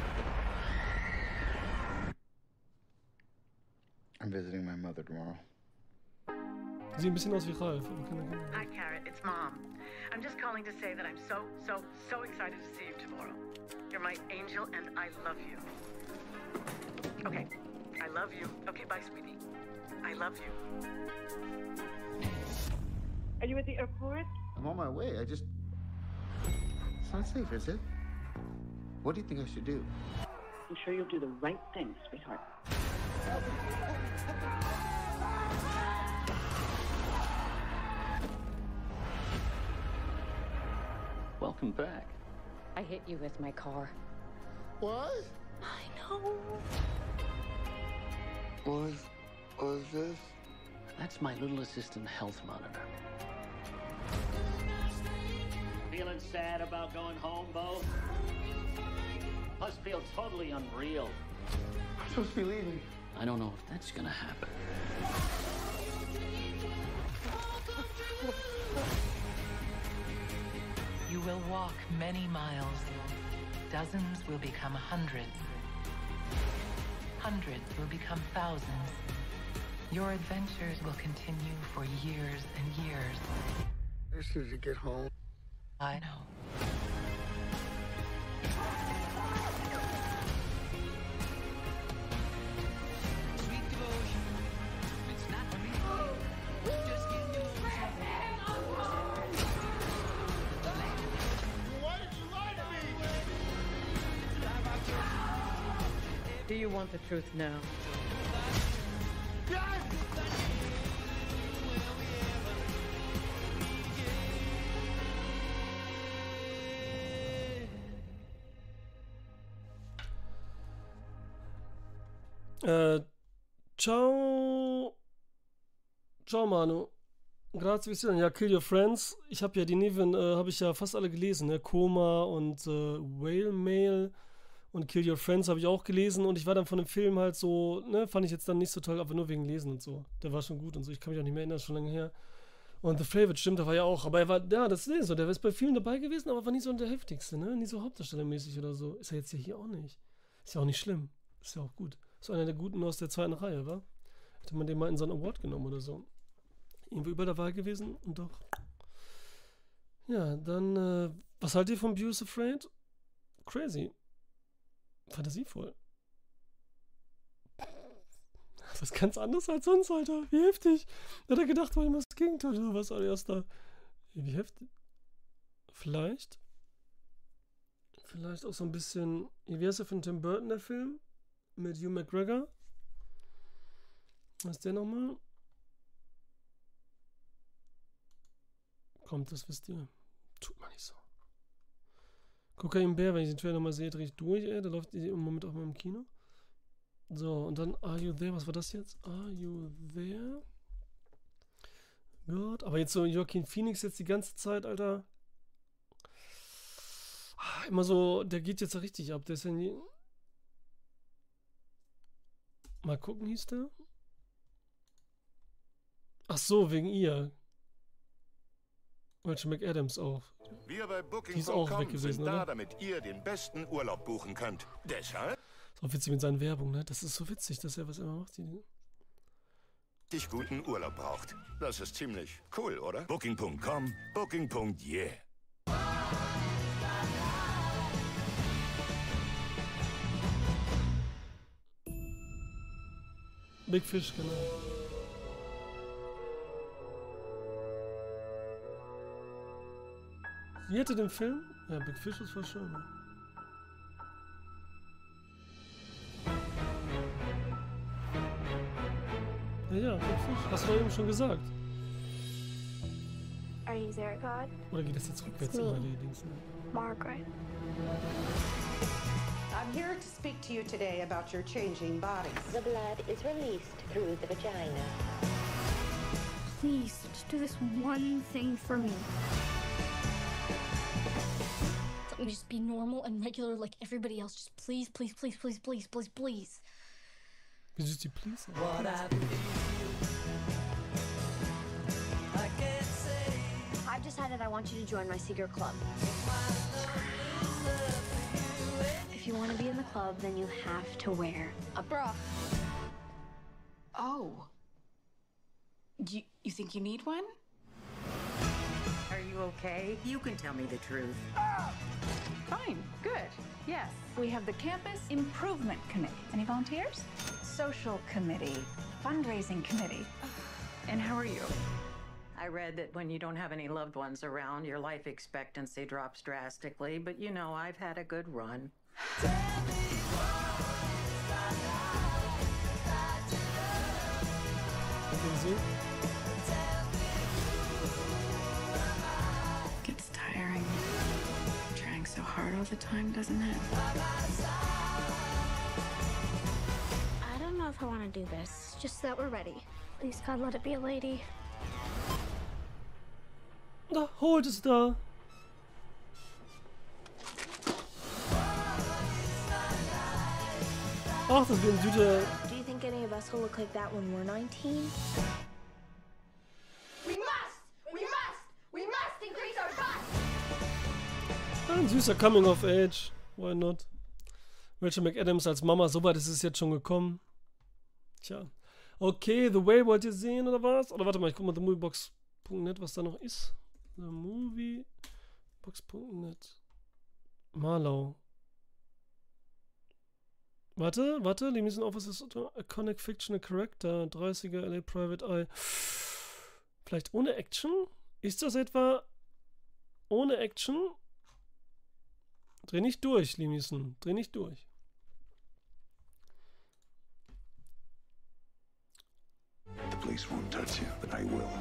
I'm visiting my mother tomorrow. Sieht ein bisschen aus wie Ralf, aber keine Ahnung. Hi, Carrot. It's Mom. I'm just calling to say that I'm so, so, so excited to see you tomorrow. You're my angel, and I love you. Okay, I love you. Okay, bye, sweetie. I love you. Are you at the airport? I'm on my way. I just... It's not safe, is it? What do you think I should do? I'm sure you'll do the right thing, sweetheart. Welcome back. I hit you with my car. What? I know. What is, what is this? That's my little assistant health monitor. Feeling sad about going home, Bo? Must feel totally unreal. I'm supposed to be leaving. I don't know if that's gonna happen. You will walk many miles. Dozens will become hundreds. Hundreds will become thousands. Your adventures will continue for years and years. I just need to get home. I know. Do you want the truth now? Äh, ciao. Ciao, Manu. Grazie, bis dann. Ja, Kill Your Friends. Ich habe ja die Niven, äh, habe ich ja fast alle gelesen, ne? Coma und äh, Whale Mail und Kill Your Friends habe ich auch gelesen und ich war dann von dem Film halt so, ne, fand ich jetzt dann nicht so toll, aber nur wegen Lesen und so. Der war schon gut und so. Ich kann mich auch nicht mehr erinnern, ist schon lange her. Und The Favorite, stimmt, da war ja auch, aber er war, ja, das ist so, der ist bei vielen dabei gewesen, aber war nie so der heftigste, ne? Nie so hauptdarstellermäßig oder so. Ist er jetzt ja hier auch nicht. Ist ja auch nicht schlimm. Ist ja auch gut. Ist einer der Guten aus der zweiten Reihe, wa? Hätte man den mal in so einen Award genommen oder so. Irgendwo über dabei gewesen und doch. Ja, dann, äh, was haltet ihr von Beavis Afraid? Crazy. Fantasievoll. Das ist ganz anders als sonst, Alter. Wie heftig. Hat er gedacht, wo ihm was ging, oder was war erst da? Wie heftig. Vielleicht. Vielleicht auch so ein bisschen. Wie heißt der von Tim Burton, der Film? Mit Hugh McGregor. Was ist der nochmal? Kommt, das wisst ihr. Tut man nicht so. Kokain Bär, wenn ich den Trailer nochmal sehe, drehe ich durch, ey. Der läuft im Moment auch mal im Kino. So, und dann Are You There? Was war das jetzt? Are You There? Gott. Aber jetzt so Joaquin Phoenix jetzt die ganze Zeit, Alter. Ah, immer so, der geht jetzt richtig ab. Der ist ja nie... Mal gucken, hieß der? Ach so, wegen ihr. Rachel McAdams auch. Wir bei Die ist auch weg Booking Punkt com gewesen, sind da, oder? damit ihr den besten Urlaub buchen könnt. Deshalb Ist auch witzig mit seinen Werbungen, ne? Das ist so witzig, dass er was immer macht. Die... dich guten Urlaub braucht. Das ist ziemlich cool, oder? Booking Punkt com, Booking Punkt yeah. Big Fish, genau. Wie hätte den Film? Ja, Big Fish ist voll schön, ne? Ja, ja, Big Fish. Hast du eben schon gesagt. Are you there, God? Oder geht das jetzt rückwärts It's me. immer, die Dings, ne? Margaret. I'm here to speak to you today about your changing bodies. The blood is released through the vagina. Please, just do this one thing for me. Let me just be normal and regular like everybody else. Just please, please, please, please, please, please, please. Wie ist die Please? I've decided I want you to join my secret club. If you want to be in the club, then you have to wear a bra. Oh. You, you think you need one? Are you okay? You can tell me the truth. Fine, good. Yes, we have the Campus Improvement Committee. Any volunteers? Social Committee, Fundraising Committee. And how are you? I read that when you don't have any loved ones around, your life expectancy drops drastically, but you know, I've had a good run. Gets tiring. Trying so hard all the time, doesn't it? I don't know if I want to do this. Just that we're ready. Please, God, let it be a lady. Da holt es da. Ach, das wird ein Süder. Do you think any of us will look like that when we're nineteen? We must! We must! We must increase our bust! Ein süßer Coming of Age. Why not? Rachel McAdams als Mama, so weit ist es jetzt schon gekommen. Tja. Okay, The Way wollt ihr sehen oder was? Oder warte mal, ich guck mal the moviebox punkt net, was da noch ist. The moviebox punkt net. Marlow. Warte, warte, Limited Officers Iconic Fictional Character, dreißiger L A Private Eye. Vielleicht ohne Action? Ist das etwa ohne Action? Dreh nicht durch, Limison. Dreh nicht durch. The police won't touch you, but I will.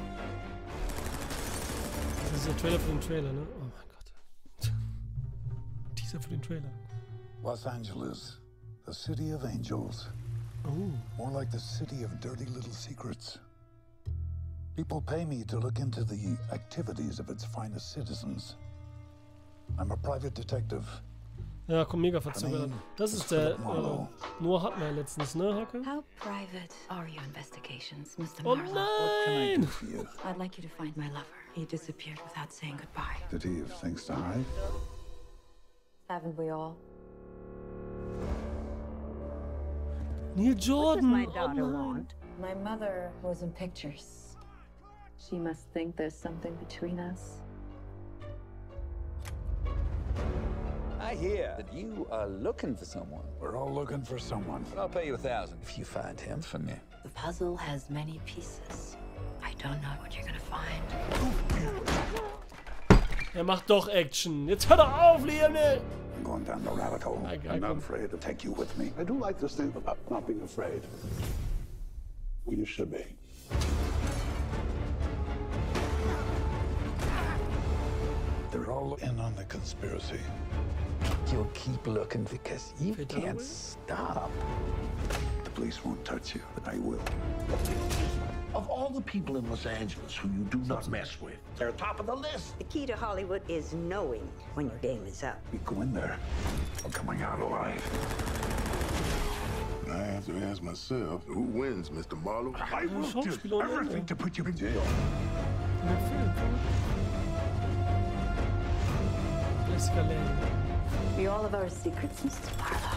Das ist der Trailer für den Trailer, ne? Oh mein Gott. Teaser für den Trailer. Los Angeles, the city of angels. Oh. More like the city of dirty little secrets. People pay me to look into the activities of its finest citizens. I'm a private detective. Ja, komm, mega verzögert. Das ist der äh, Noah hatten wir ja letztens, ne, Hacke? How private are your investigations, Mister Oh Marlowe? What can I do for you? I'd like you to find my lover. He disappeared without saying goodbye. Did he have things to hide? Haven't we all? Neil Jordan. What does my daughter oh want? My mother was in pictures. She must think there's something between us. I hear that you are looking for someone. We're all looking for someone. But I'll pay you a thousand if you find him for me. The puzzle has many pieces. I don't know what you're gonna find. Er macht doch Action. Jetzt hör doch auf, Lionel. I'm going down the rabbit hole. I, I I'm not afraid to take you with me. I do like this thing about not being afraid. Well, you should be. They're all in on the conspiracy. You'll keep looking because you can't stop. The police won't touch you, but I will. Of all the people in Los Angeles who you do not mess with, they're top of the list. The key to Hollywood is knowing when your game is up. We go in there, we're coming out alive. I have to ask myself, who wins, Mister Marlowe? I will do everything to put you in jail. We all have our secrets, Mister Marlowe.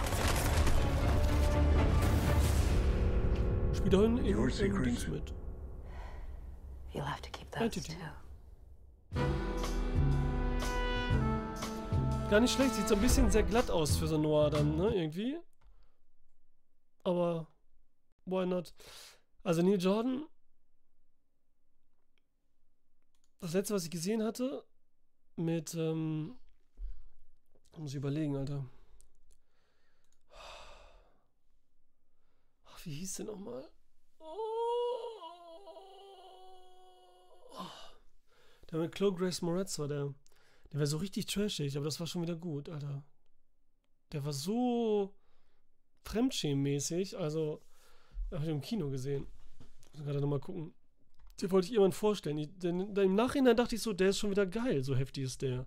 Spielt da in, in, in Dings mit. You'll have to keep those too. Gar nicht schlecht, sieht so ein bisschen sehr glatt aus für so Noir dann, ne, irgendwie. Aber why not? Also Neil Jordan, das letzte, was ich gesehen hatte, mit, ähm, muss ich überlegen, Alter. Ach, wie hieß der nochmal? Der mit Chloe Grace Moretz war der. Der war so richtig trashig, aber das war schon wieder gut, Alter. Der war so fremdschämmäßig, also habe ich im Kino gesehen. Ich muss gerade nochmal gucken. Den wollte ich irgendwann vorstellen. Ich, denn, denn im Nachhinein dachte ich so, der ist schon wieder geil, so heftig ist der.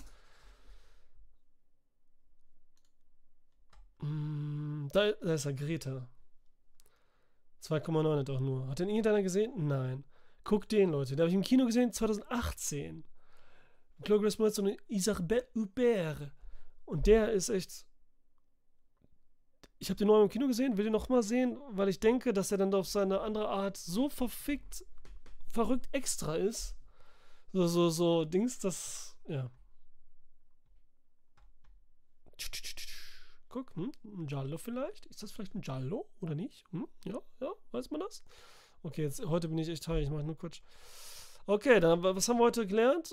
Mm, da, da ist er, Greta. zwei Komma neun hat auch nur. Hat den irgendeiner gesehen? Nein. Guckt den, Leute. Den habe ich im Kino gesehen, zwanzig achtzehn. Glorious Moritz und Isabelle Huppert. Und der ist echt... Ich habe den neu im Kino gesehen, will den nochmal sehen, weil ich denke, dass er dann auf seine andere Art so verfickt, verrückt extra ist. So, so, so Dings, das... Ja. Guck, hm? Ein Giallo vielleicht? Ist das vielleicht ein Giallo oder nicht? Hm? Ja, ja, weiß man das? Okay, jetzt, heute bin ich echt high, ich mache nur Quatsch. Okay, dann, was haben wir heute gelernt?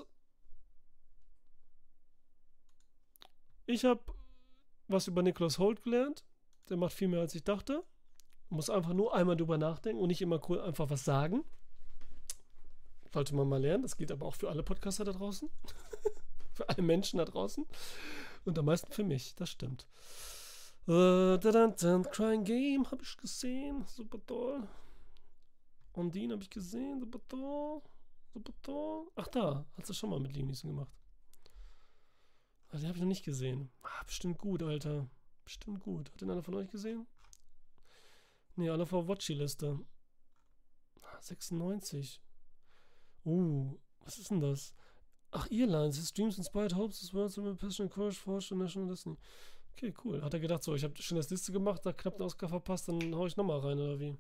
Ich habe was über Nicholas Hoult gelernt. Der macht viel mehr, als ich dachte. Muss einfach nur einmal drüber nachdenken und nicht immer cool einfach was sagen. Sollte man mal lernen. Das geht aber auch für alle Podcaster da draußen. Für alle Menschen da draußen. Und am meisten für mich. Das stimmt. Uh, Crying Game habe ich gesehen. Super toll. Ondine habe ich gesehen. Super toll. Super toll. Ach da. Hat sie schon mal mit Liam Neeson gemacht. Also, den habe ich noch nicht gesehen. Ah, bestimmt gut, Alter. Bestimmt gut. Hat den einer von euch gesehen? Ne, alle auf der Watchy-Liste. sechsundneunzig. Uh, was ist denn das? Ach, Irland. His dreams inspired hopes, his words of passion and courage forged a national destiny. Okay, cool. Hat er gedacht, so, ich habe schon das Liste gemacht, da knapp den Oscar verpasst, dann hau ich nochmal rein, oder wie?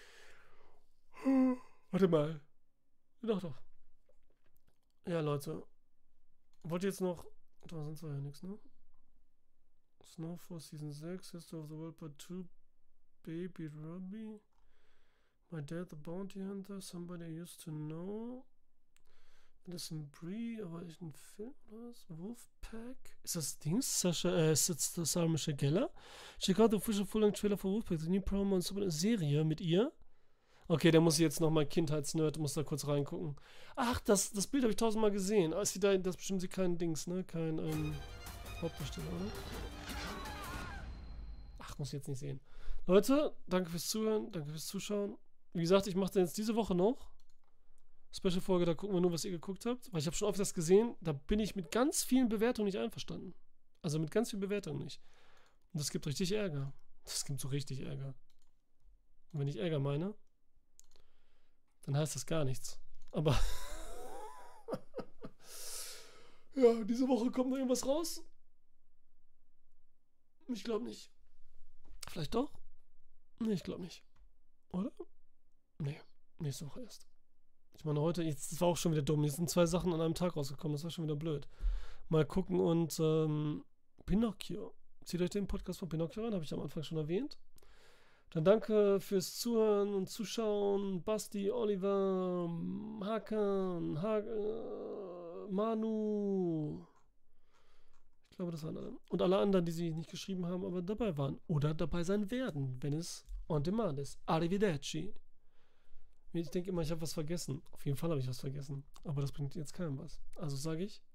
Warte mal. Doch, doch. Ja, Leute. Wollt ihr jetzt noch... Da sonst war ja nichts, ne? Snowfall Season six, History of the World Part two, Baby Robbie, My Dad the Bounty Hunter, Somebody I Used to Know, Alison Brie, aber echt ein Film oder was? Wolfpack? Ist das Dings? Sascha, äh, ist das Sarah Michelle Gellar? Check out the official full-length trailer for Wolfpack, the new promo und so eine Serie mit ihr. Okay, da muss ich jetzt nochmal Kindheitsnerd, muss da kurz reingucken. Ach, das, das Bild habe ich tausendmal gesehen. Ah, ist sie da, das ist bestimmt sie kein Dings, ne? Kein, ähm, Hauptdarsteller, oder? Ach, muss ich jetzt nicht sehen. Leute, danke fürs Zuhören, danke fürs Zuschauen. Wie gesagt, ich mache dann jetzt diese Woche noch Special-Folge, da gucken wir nur, was ihr geguckt habt. Weil ich habe schon oft das gesehen, da bin ich mit ganz vielen Bewertungen nicht einverstanden. Also mit ganz vielen Bewertungen nicht. Und das gibt richtig Ärger. Das gibt so richtig Ärger. Und wenn ich Ärger meine, dann heißt das gar nichts. Aber ja, diese Woche kommt noch irgendwas raus. Ich glaube nicht. Vielleicht doch? Nee, ich glaube nicht. Oder? Nee, nächste Woche erst. Ich meine, heute, jetzt das war auch schon wieder dumm. Jetzt sind zwei Sachen an einem Tag rausgekommen. Das war schon wieder blöd. Mal gucken und ähm, Pinocchio. Zieht euch den Podcast von Pinocchio rein, habe ich am Anfang schon erwähnt. Dann danke fürs Zuhören und Zuschauen. Basti, Oliver, Hakan, ha äh, Manu. Ich glaube, das waren alle. Und alle anderen, die sie nicht geschrieben haben, aber dabei waren. Oder dabei sein werden, wenn es on demand ist. Arrivederci. Ich denke immer, ich habe was vergessen. Auf jeden Fall habe ich was vergessen. Aber das bringt jetzt keinem was. Also sage ich